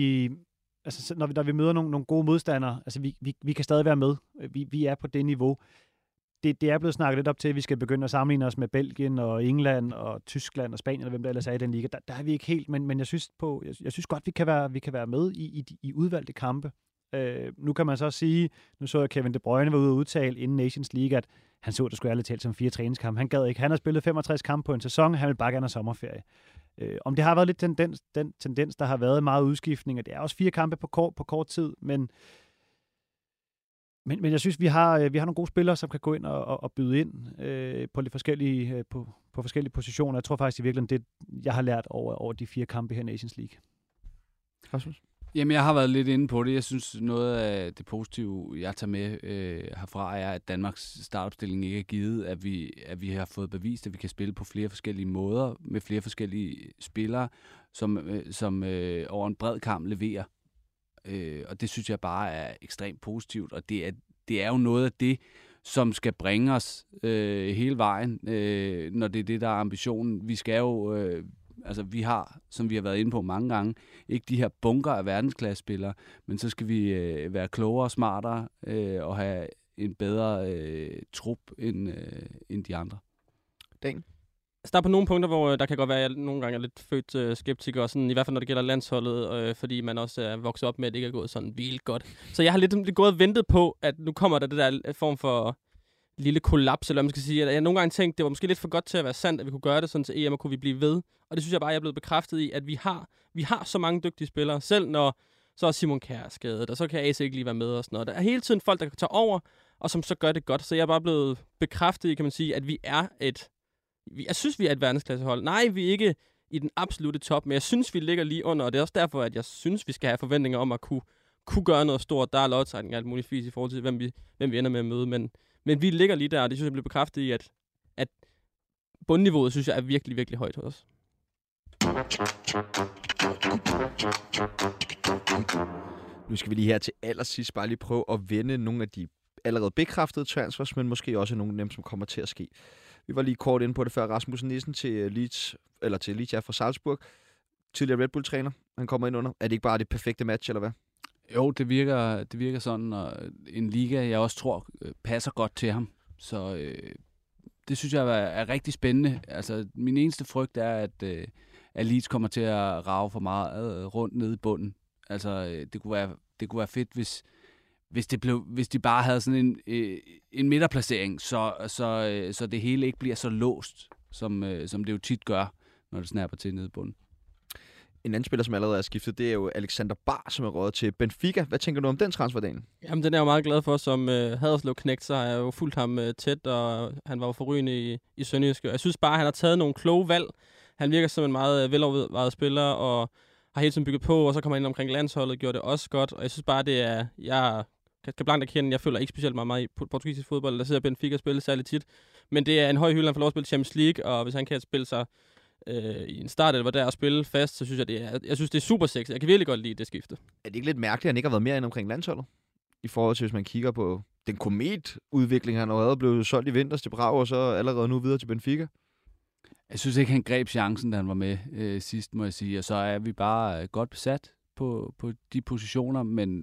når vi møder nogle gode modstandere, altså vi kan stadig være med. Vi er på det niveau. Det er blevet snakket lidt op til, at vi skal begynde at sammenligne os med Belgien og England og Tyskland og Spanien, eller hvem der ellers er i den liga. Der er vi ikke helt, men jeg synes godt, vi kan være med i udvalgte kampe. Nu kan man så sige, nu så jeg Kevin De Bruyne var ude at udtale inden Nations League, at han så det skulle ærligt talt som 4 træningskampe. Han gad ikke. Han har spillet 65 kampe på en sæson, han vil bare gerne have sommerferie. Om det har været lidt den tendens, der har været meget udskiftning, og det er også 4 kampe på kort tid, men jeg synes, vi har nogle gode spillere, som kan gå ind og byde ind på forskellige positioner. Jeg tror faktisk i virkeligheden, det jeg har lært over de 4 kampe her i Nations League. Rasmus? Jamen, jeg har været lidt inde på det. Jeg synes, noget af det positive, jeg tager med herfra, er, at Danmarks startopstilling ikke er givet, at vi har fået bevist, at vi kan spille på flere forskellige måder, med flere forskellige spillere, som over en bred kamp leverer. Og det synes jeg bare er ekstremt positivt, og det er jo noget af det, som skal bringe os hele vejen, når det er det, der er ambitionen. Vi skal jo... vi har, som vi har været inde på mange gange, ikke de her bunker af verdensklassespillere, men så skal vi være klogere og smartere og have en bedre trup end de andre. Dan? Så der er på nogle punkter, hvor der kan godt være, at jeg nogle gange er lidt født skeptiker, sådan, i hvert fald når det gælder landsholdet, fordi man også er vokset op med, at det ikke er gået sådan vildt godt. Så jeg har lidt gået og ventet på, at nu kommer der det der form for lille kollaps, eller hvad man skal sige. Jeg nogle gange tænkte, det var måske lidt for godt til at være sandt, at vi kunne gøre det sådan til EM, og kunne vi blive ved. Og det synes jeg bare, jeg er blevet bekræftet i, at vi har så mange dygtige spillere, selv når så er Simon Kjær skadet, og så kan AC ikke lige være med og sådan noget. Der er hele tiden folk, der kan tage over, og som så gør det godt. Så jeg er bare blevet bekræftet i, kan man sige, at vi er Jeg synes, vi er et verdensklassehold. Nej, vi er ikke i den absolute top, men jeg synes, vi ligger lige under, og det er også derfor, at jeg synes, vi skal have forventninger om at kunne gøre noget stort. Der er lodtrækning og alt muligt fisk i forhold til, hvem vi ender med at møde, men vi ligger lige der, og det synes jeg bliver bekræftet i, at bundniveauet, synes jeg, er virkelig, virkelig højt hos os. Nu skal vi lige her til allersidst bare lige prøve at vende nogle af de allerede bekræftede transfers, men måske også nogle af dem, som kommer til at ske. Vi var lige kort inde på det før. Rasmus Nissen til Leeds fra Salzburg. Tidligere Red Bull-træner. Han kommer ind under. Er det ikke bare det perfekte match, eller hvad? Jo, det virker sådan, og en liga, jeg også tror, passer godt til ham. Så det synes jeg er rigtig spændende. Altså, min eneste frygt er, at Leeds kommer til at rage for meget rundt nede i bunden. Altså, det kunne være fedt, hvis de bare havde sådan en midterplacering, så det hele ikke bliver så låst, som det jo tit gør, når det snapper til nede i bunden. En anden spiller, som allerede er skiftet, det er jo Alexander Bar, som er rådet til Benfica. Hvad tænker du om den transferdagen? Jamen, den er jeg jo meget glad for. Som Haderslev-knægt, så har jeg jo fulgt ham tæt, og han var jo forrygende i Sønderjyske. Jeg synes bare, han har taget nogle kloge valg. Han virker som en meget velovervejet spiller, og har hele tiden bygget på, og så kommer han ind omkring landsholdet, gjorde det også godt. Og jeg synes bare, det er... Jeg kan blankt erkende, jeg føler ikke specielt meget i portugisisk fodbold, der sidder Benfica spille særligt tit. Men det er en høj hylde, han får lov at spille Champions League, og hvis han kan spille sig i en start, eller var der og spille fast, så synes jeg synes, det er super sexy. Jeg kan virkelig godt lide det skifte. Er det ikke lidt mærkeligt, at han ikke har været mere ind omkring landsholdet? I forhold til, hvis man kigger på den kometudvikling, han allerede blev solgt i vinters til Braga, og så allerede nu videre til Benfica? Jeg synes ikke, han greb chancen, da han var med sidst, må jeg sige. Og så er vi bare godt besat på de positioner,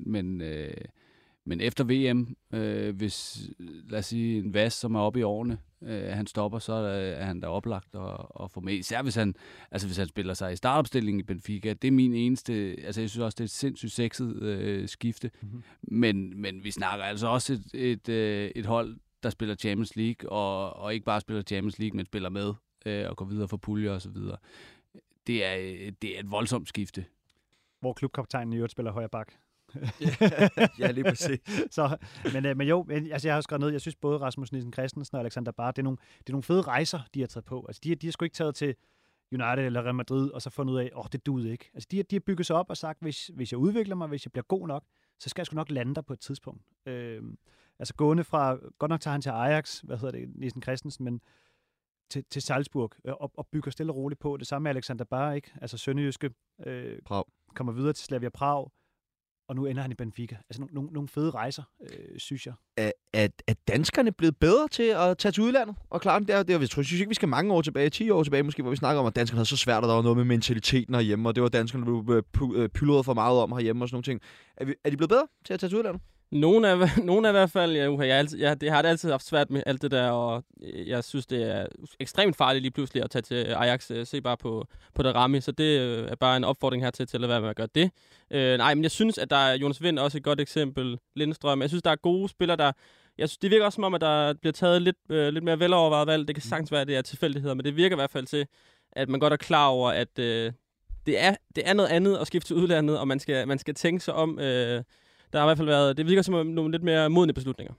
men efter VM, hvis, lad os sige, en Vas, som er oppe i årene, han stopper, så er han da oplagt at få med. Især hvis han spiller sig i startopstillingen i Benfica. Det er min eneste... Altså, jeg synes også, det er et sindssygt sexet skifte. Mm-hmm. Men vi snakker altså også et hold, der spiller Champions League, og ikke bare spiller Champions League, men spiller med og går videre for puljer og så videre. Det er et voldsomt skifte. Hvor klubkaptajnen i øvrigt spiller højre bak. Ja, lige præcis. Men jo, altså jeg har skrevet ned, jeg synes både Rasmus Nissen Christensen og Alexander Bar, det er nogle fede rejser, de har taget på. Altså de har sgu ikke taget til United eller Real Madrid, og så fundet ud af, det duede ikke. Altså de har bygget sig op og sagt, hvis jeg udvikler mig, hvis jeg bliver god nok, så skal jeg sgu nok lande der på et tidspunkt. Altså gående fra, godt nok tager han til Ajax, Nissen Christensen, men til Salzburg, og bygger stille og roligt på. Det samme med Alexander Bar, ikke? Altså Sønderjyske, Prag. Kommer videre til Slavia Prag, og nu ender han i Benfica. Altså nogle fede rejser, synes jeg. Er danskerne blevet bedre til at tage til udlandet og klare den der? Jeg synes ikke, vi skal mange år tilbage, 10 år tilbage måske, hvor vi snakker om, at danskerne havde så svært, at der var noget med mentaliteten herhjemme, og det var danskerne, der blev pyldret for meget om herhjemme og sådan nogle ting. Er de blevet bedre til at tage til udlandet? Nogle er i hvert fald, det har det altid haft svært med alt det der, og jeg synes, det er ekstremt farligt lige pludselig at tage til Ajax. Se bare på Darami, så det er bare en opfordring her til at lade være med at gøre det. Nej, men jeg synes, at der er Jonas Vind også et godt eksempel. Lindstrøm. Jeg synes, der er gode spillere, der... Jeg synes, det virker også som om, at der bliver taget lidt mere velovervejet valg. Det kan sagtens være, at det er tilfældigheder, men det virker i hvert fald til, at man godt er klar over, at det er noget andet at skifte til udlandet, og man skal tænke sig om... Der har i hvert fald været, det virker som nogle lidt mere modne beslutninger.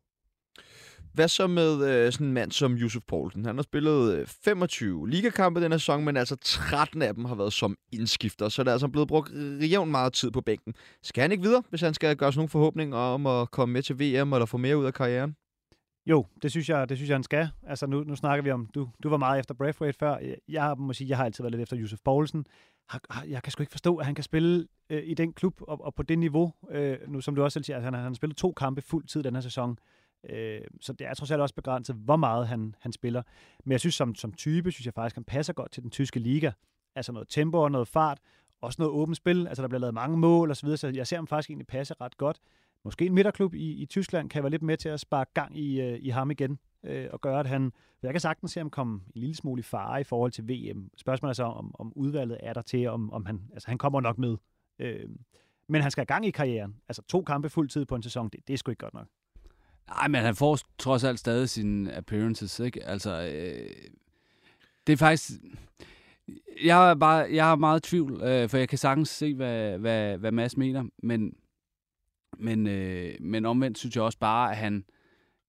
Hvad så med sådan en mand som Yusuf Poulsen? Han har spillet 25 ligakampe denne sæson, men altså 13 af dem har været som indskifter, så der er altså blevet brugt jævnt meget tid på bænken. Skal han ikke videre, hvis han skal gøre sig nogle forhåbninger om at komme med til VM eller få mere ud af karrieren? Jo, det synes jeg, han skal. Altså nu snakker vi om, du var meget efter Braithwaite før. Jeg må sige, jeg har altid været lidt efter Yusuf Poulsen. Jeg kan sgu ikke forstå, at han kan spille i den klub og på det niveau. Nu som du også selv siger, at han har spillet 2 kampe fuld tid den her sæson. Så det er trods alt også begrænset, hvor meget han spiller. Men jeg synes, som type, synes jeg faktisk, han passer godt til den tyske liga. Altså noget tempo og noget fart. Også noget åbent spil. Altså der bliver lavet mange mål og så videre. Så jeg ser ham faktisk egentlig passe ret godt. Måske en midterklub i Tyskland kan være lidt med til at sparke gang i ham igen. Og gøre, at jeg kan sagtens se ham komme en lille smule i fare i forhold til VM. Spørgsmålet er så, om udvalget er der til, om han kommer nok med. Men han skal have gang i karrieren. Altså 2 kampe fuld tid på en sæson, det er sgu ikke godt nok. Nej, men han får trods alt stadig sine appearances, ikke? Altså, det er faktisk... Jeg har meget tvivl, for jeg kan sagtens se, hvad Mads mener, men omvendt synes jeg også bare, at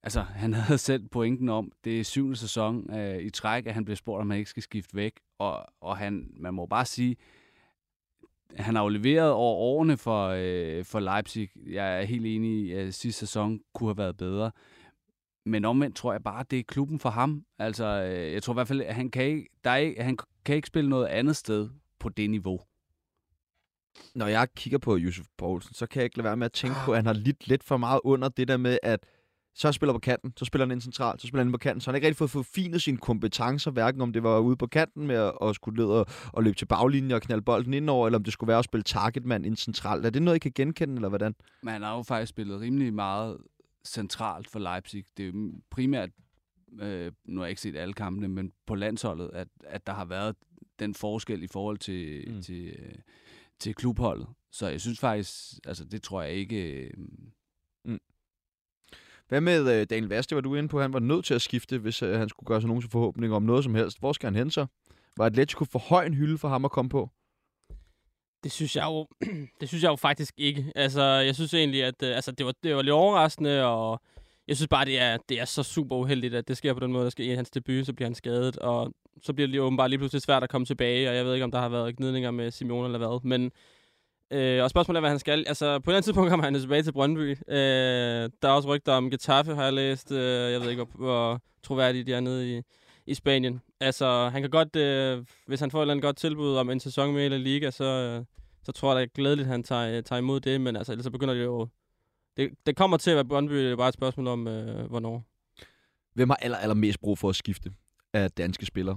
Altså, han havde selv pointen om, det er 7. sæson i træk, at han bliver spurgt, om han ikke skal skifte væk. Og man må bare sige, han har jo leveret over årene for Leipzig. Jeg er helt enig i, at sidste sæson kunne have været bedre. Men omvendt tror jeg bare, at det er klubben for ham. Altså, jeg tror i hvert fald, at han kan ikke spille noget andet sted på det niveau. Når jeg kigger på Josef Poulsen, så kan jeg ikke lade være med at tænke på, at han har lidt for meget under det der med, at så spiller på kanten, så spiller han ind centralt, så spiller han ind på kanten. Så han har ikke rigtig fået forfinet sine kompetencer, hverken om det var ude på kanten med at skulle lede og løbe til baglinjen og knalde bolden indover, eller om det skulle være at spille targetmand ind centralt. Er det noget, I kan genkende, eller hvordan? Men han har jo faktisk spillet rimelig meget centralt for Leipzig. Det er jo primært, nu har jeg ikke set alle kampene, men på landsholdet, at der har været den forskel i forhold til klubholdet. Så jeg synes faktisk, altså det tror jeg ikke... Hvad med Daniel Vaz, det var du inde på, han var nødt til at skifte, hvis han skulle gøre sig nogen forhåbninger om noget som helst. Hvor skal han hen så? Var Atletico for høj en hylde for ham at komme på? Det synes jeg jo faktisk ikke. Altså, jeg synes egentlig, at det var lidt overraskende, og jeg synes bare, det er så super uheldigt, at det sker på den måde, der sker i hans debut, så bliver han skadet, og så bliver det åbenbart lige pludselig svært at komme tilbage, og jeg ved ikke, om der har været gnidninger med Simeone eller hvad, men og spørgsmålet er, hvad han skal. Altså, på et eller andet tidspunkt kommer han tilbage til Brøndby. Der er også rygter om Getafe, har jeg læst. Jeg ved ikke, hvor troværdige de er nede i Spanien. Altså, han kan godt, hvis han får et eller andet godt tilbud om en sæson med i La Liga, så tror jeg da glædeligt, at han tager imod det. Men altså, ellers så begynder det jo... Det kommer til at være Brøndby, det er bare et spørgsmål om, hvornår. Hvem har allermest brug for at skifte af danske spillere?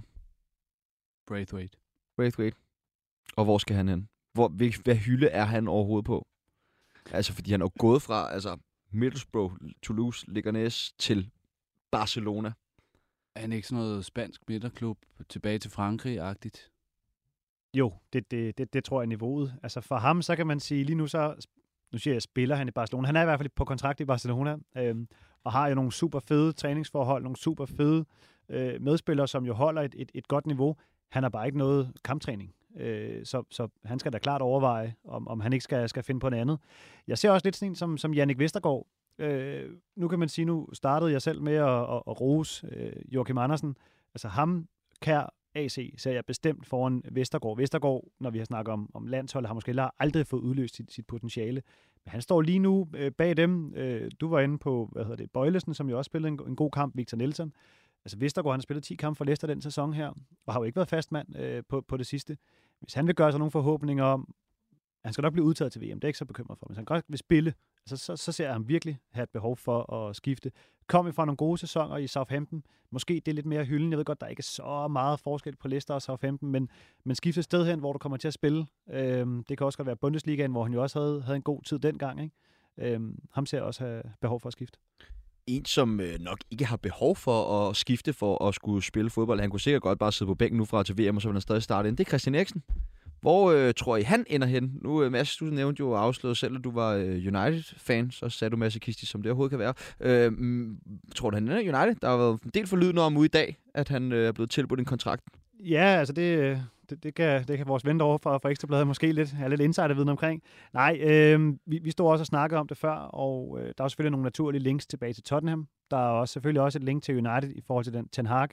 Braithwaite. Og hvor skal han hen? Hvad hylde er han overhovedet på? Altså, fordi han er jo gået fra Middlesbrough, Toulouse, Leganés til Barcelona. Er han ikke sådan noget spansk midterklub tilbage til Frankrig-agtigt? Jo, det tror jeg er niveauet. Altså for ham, så kan man sige, lige nu siger jeg, spiller han i Barcelona. Han er i hvert fald på kontrakt i Barcelona, og har jo nogle super fede træningsforhold, nogle super fede medspillere, som jo holder et godt niveau. Han har bare ikke noget kamptræning. Så han skal da klart overveje, om han ikke skal finde på noget andet. Jeg ser også lidt sådan en som Jannik Vestergaard. Nu kan man sige, nu startede jeg selv med at rose Joachim Andersen. Altså ham, Kjær, AC, ser jeg bestemt foran Vestergaard. Vestergaard, når vi har snakket om landsholdet, har måske aldrig fået udløst sit potentiale. Men han står lige nu bag dem. Du var inde på, Bøjlesen, som jo også spillede en god kamp, Victor Nielsen. Altså Vestergaard, han har spillet 10 kampe for Leicester den sæson her, og har jo ikke været fastmand på det sidste. Hvis han vil gøre sig nogle forhåbninger om, han skal nok blive udtaget til VM, det er ikke så bekymret for. Hvis han godt vil spille, så ser jeg ham virkelig have et behov for at skifte. Kom fra nogle gode sæsoner i Southampton. Måske det er lidt mere hylden. Jeg ved godt, der er ikke så meget forskel på Leicester og Southampton, men skifte et sted hen, hvor du kommer til at spille. Det kan også godt være Bundesligaen, hvor han jo også havde en god tid dengang. Ikke? Ham ser også have behov for at skifte. En, som nok ikke har behov for at skifte for at skulle spille fodbold. Han kunne sikkert godt bare sidde på bænken nu fra til VM, og så vil han stadig starte ind. Det er Christian Eriksen. Hvor tror I, han ender hen? Nu, Mads, du nævnte jo og afslørede selv, at du var United-fan, så sagde du masochistisk, som det overhovedet kan være. Tror du, han ender United? Der har været en del forlydende om ude i dag, at han er blevet tilbudt en kontrakt. Ja, altså det kan vores ven derovre fra Ekstrabladet måske lidt insiderviden omkring. Nej, vi stod også og snakkede om det før, og der er selvfølgelig nogle naturlige links tilbage til Tottenham. Der er selvfølgelig også et link til United i forhold til den Ten Hag.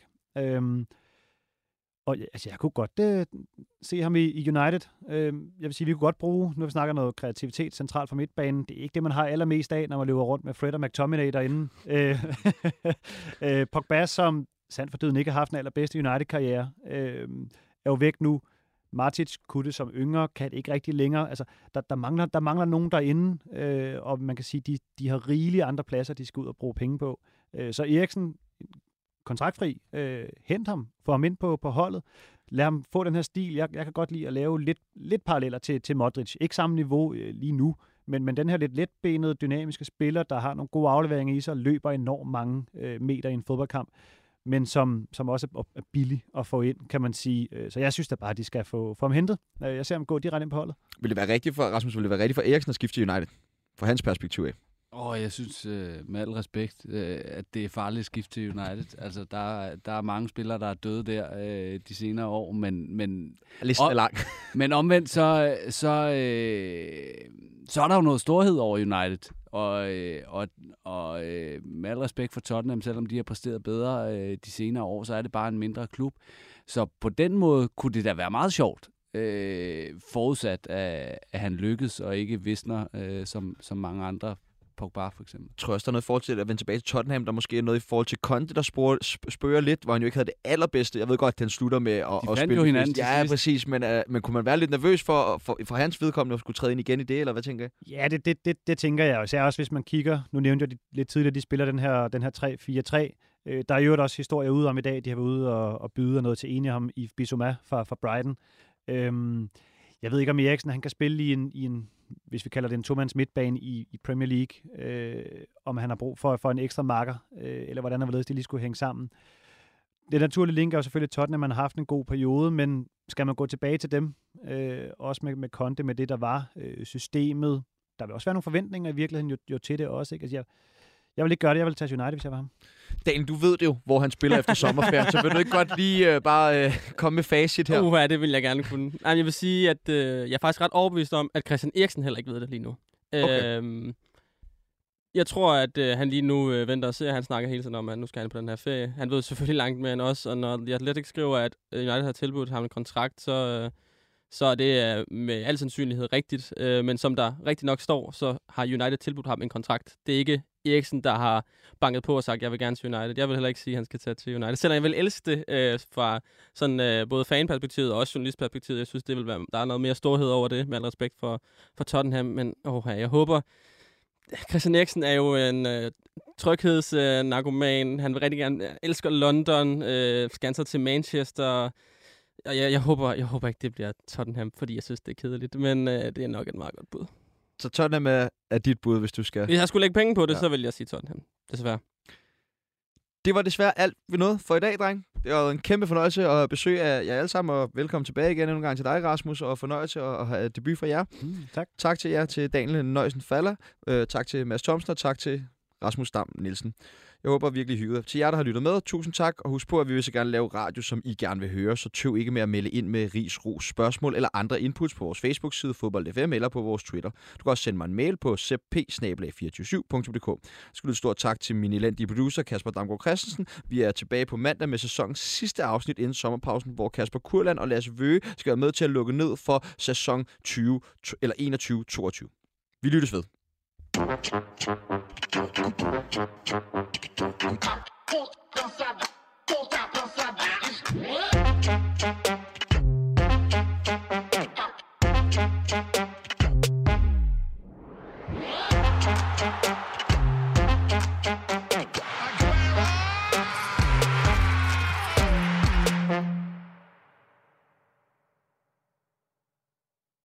Og altså, jeg kunne godt se ham i United. Jeg vil sige, vi kunne godt bruge, nu vi snakker noget kreativitet centralt for midtbanen. Det er ikke det, man har allermest af, når man løber rundt med Fred og McTominay derinde. Pogba, som sandt for døden ikke har haft den allerbedste United-karriere, er jo væk nu. Matic kunne det som yngre, kan det ikke rigtig længere. Altså, der mangler nogen derinde, og man kan sige, de har rigelige andre pladser, de skal ud og bruge penge på. Så Eriksen, kontraktfri, hent ham, få ham ind på holdet, lad ham få den her stil. Jeg kan godt lide at lave lidt paralleller til Modric. Ikke samme niveau lige nu, men den her lidt letbenede, dynamiske spiller, der har nogle gode afleveringer i sig, løber enormt mange meter i en fodboldkamp, men som også er billig at få ind, kan man sige. Så jeg synes da bare, at de skal få ham hentet. Jeg ser ham gå direkte ind på holdet. Vil det være rigtigt for Eriksen at skifte til United? Fra hans perspektiv af? Jeg synes med al respekt, at det er farligt at skifte til United. Altså, der er mange spillere, der er døde der de senere år, men listen er lang. Men omvendt, så er der jo noget storhed over United. Og med al respekt for Tottenham, selvom de har præsteret bedre de senere år, så er det bare en mindre klub. Så på den måde kunne det da være meget sjovt, forudsat at han lykkes og ikke visner som mange andre. Pogba for eksempel. Jeg tror også, der er noget i forhold til at vende tilbage til Tottenham, der måske er noget i forhold til Conte, der spørger lidt, hvor han jo ikke havde det allerbedste. Jeg ved godt, at han slutter med at spille. Jo hinanden ja, præcis, men kunne man være lidt nervøs for hans vedkommende at skulle træde ind igen i det, eller hvad tænker jeg? Ja, det tænker jeg. Især også, hvis man kigger, nu nævnte jeg lidt tidligere, de spiller den her 3-4-3. Der er jo også historier ude om i dag, de har været ude og byde noget til enige om i Bissouma fra Brighton. Jeg ved ikke, om Eriksen han kan spille i en hvis vi kalder det en tomands midtbane i Premier League, om han har brug for en ekstra marker, eller hvordan og hvorledes de lige skulle hænge sammen. Det naturlige link er jo selvfølgelig Tottenham, man har haft en god periode, men skal man gå tilbage til dem, også med Conte, med det, der var systemet, der vil også være nogle forventninger i virkeligheden jo til det også, ikke? Altså, jeg vil ikke gøre det, jeg vil tage United, hvis jeg var ham. Daniel, du ved det jo, hvor han spiller efter sommerferien, så vil du ikke godt lige bare komme med facit her? Ja, det vil jeg gerne kunne. Jeg vil sige, at jeg er faktisk ret overbevist om, at Christian Eriksen heller ikke ved det lige nu. Okay. Jeg tror, at han lige nu venter og ser, han snakker hele tiden om, at nu skal han på den her ferie. Han ved selvfølgelig langt mere end os, og når The Athletic skriver, at United har tilbudt ham en kontrakt, så er det med al sandsynlighed rigtigt. Men som der rigtig nok står, så har United tilbudt ham en kontrakt. Det er ikke Eriksen, der har banket på og sagt, jeg vil gerne til United. Jeg vil heller ikke sige, at han skal tage til United. Selvom jeg vil elske det fra sådan, både fanperspektivet og også journalistperspektivet. Jeg synes, det vil være, der er noget mere storhed over det, med al respekt for Tottenham. Men jeg håber... Christian Eriksen er jo en tryghedsnarkoman. Han vil rigtig gerne elsker London, skal han så til Manchester. Jeg håber ikke, det bliver Tottenham, fordi jeg synes, det er kedeligt. Men det er nok et meget godt bud. Så Tottenham er dit bud, hvis du skal... Hvis jeg skulle lægge penge på det, så vil jeg sige Tottenham. Desværre. Det var desværre alt, vi nåede for i dag, dreng. Det var en kæmpe fornøjelse at besøge af jer alle sammen, og velkommen tilbage igen en gang til dig, Rasmus, og fornøjelse at have debut for jer. Tak. Tak til jer, til Daniel Nøjsen Faller, tak til Mads Thomsen, og tak til Rasmus Dam Nielsen. Jeg håber virkelig hygget. Til jer, der har lyttet med, tusind tak, og husk på, at vi vil så gerne lave radio, som I gerne vil høre, så tøv ikke med at melde ind med ris, ros, spørgsmål eller andre inputs på vores Facebook-side Fodbold FM eller på vores Twitter. Du kan også sende mig en mail på cp@247.dk. Så skal du stort tak til min elendige producer Kasper Damgaard Christensen. Vi er tilbage på mandag med sæsonens sidste afsnit inden sommerpausen, hvor Kasper Kurland og Lasse Vøge skal være med til at lukke ned for sæson 21-22. Vi lyttes ved. Cool, don't stop.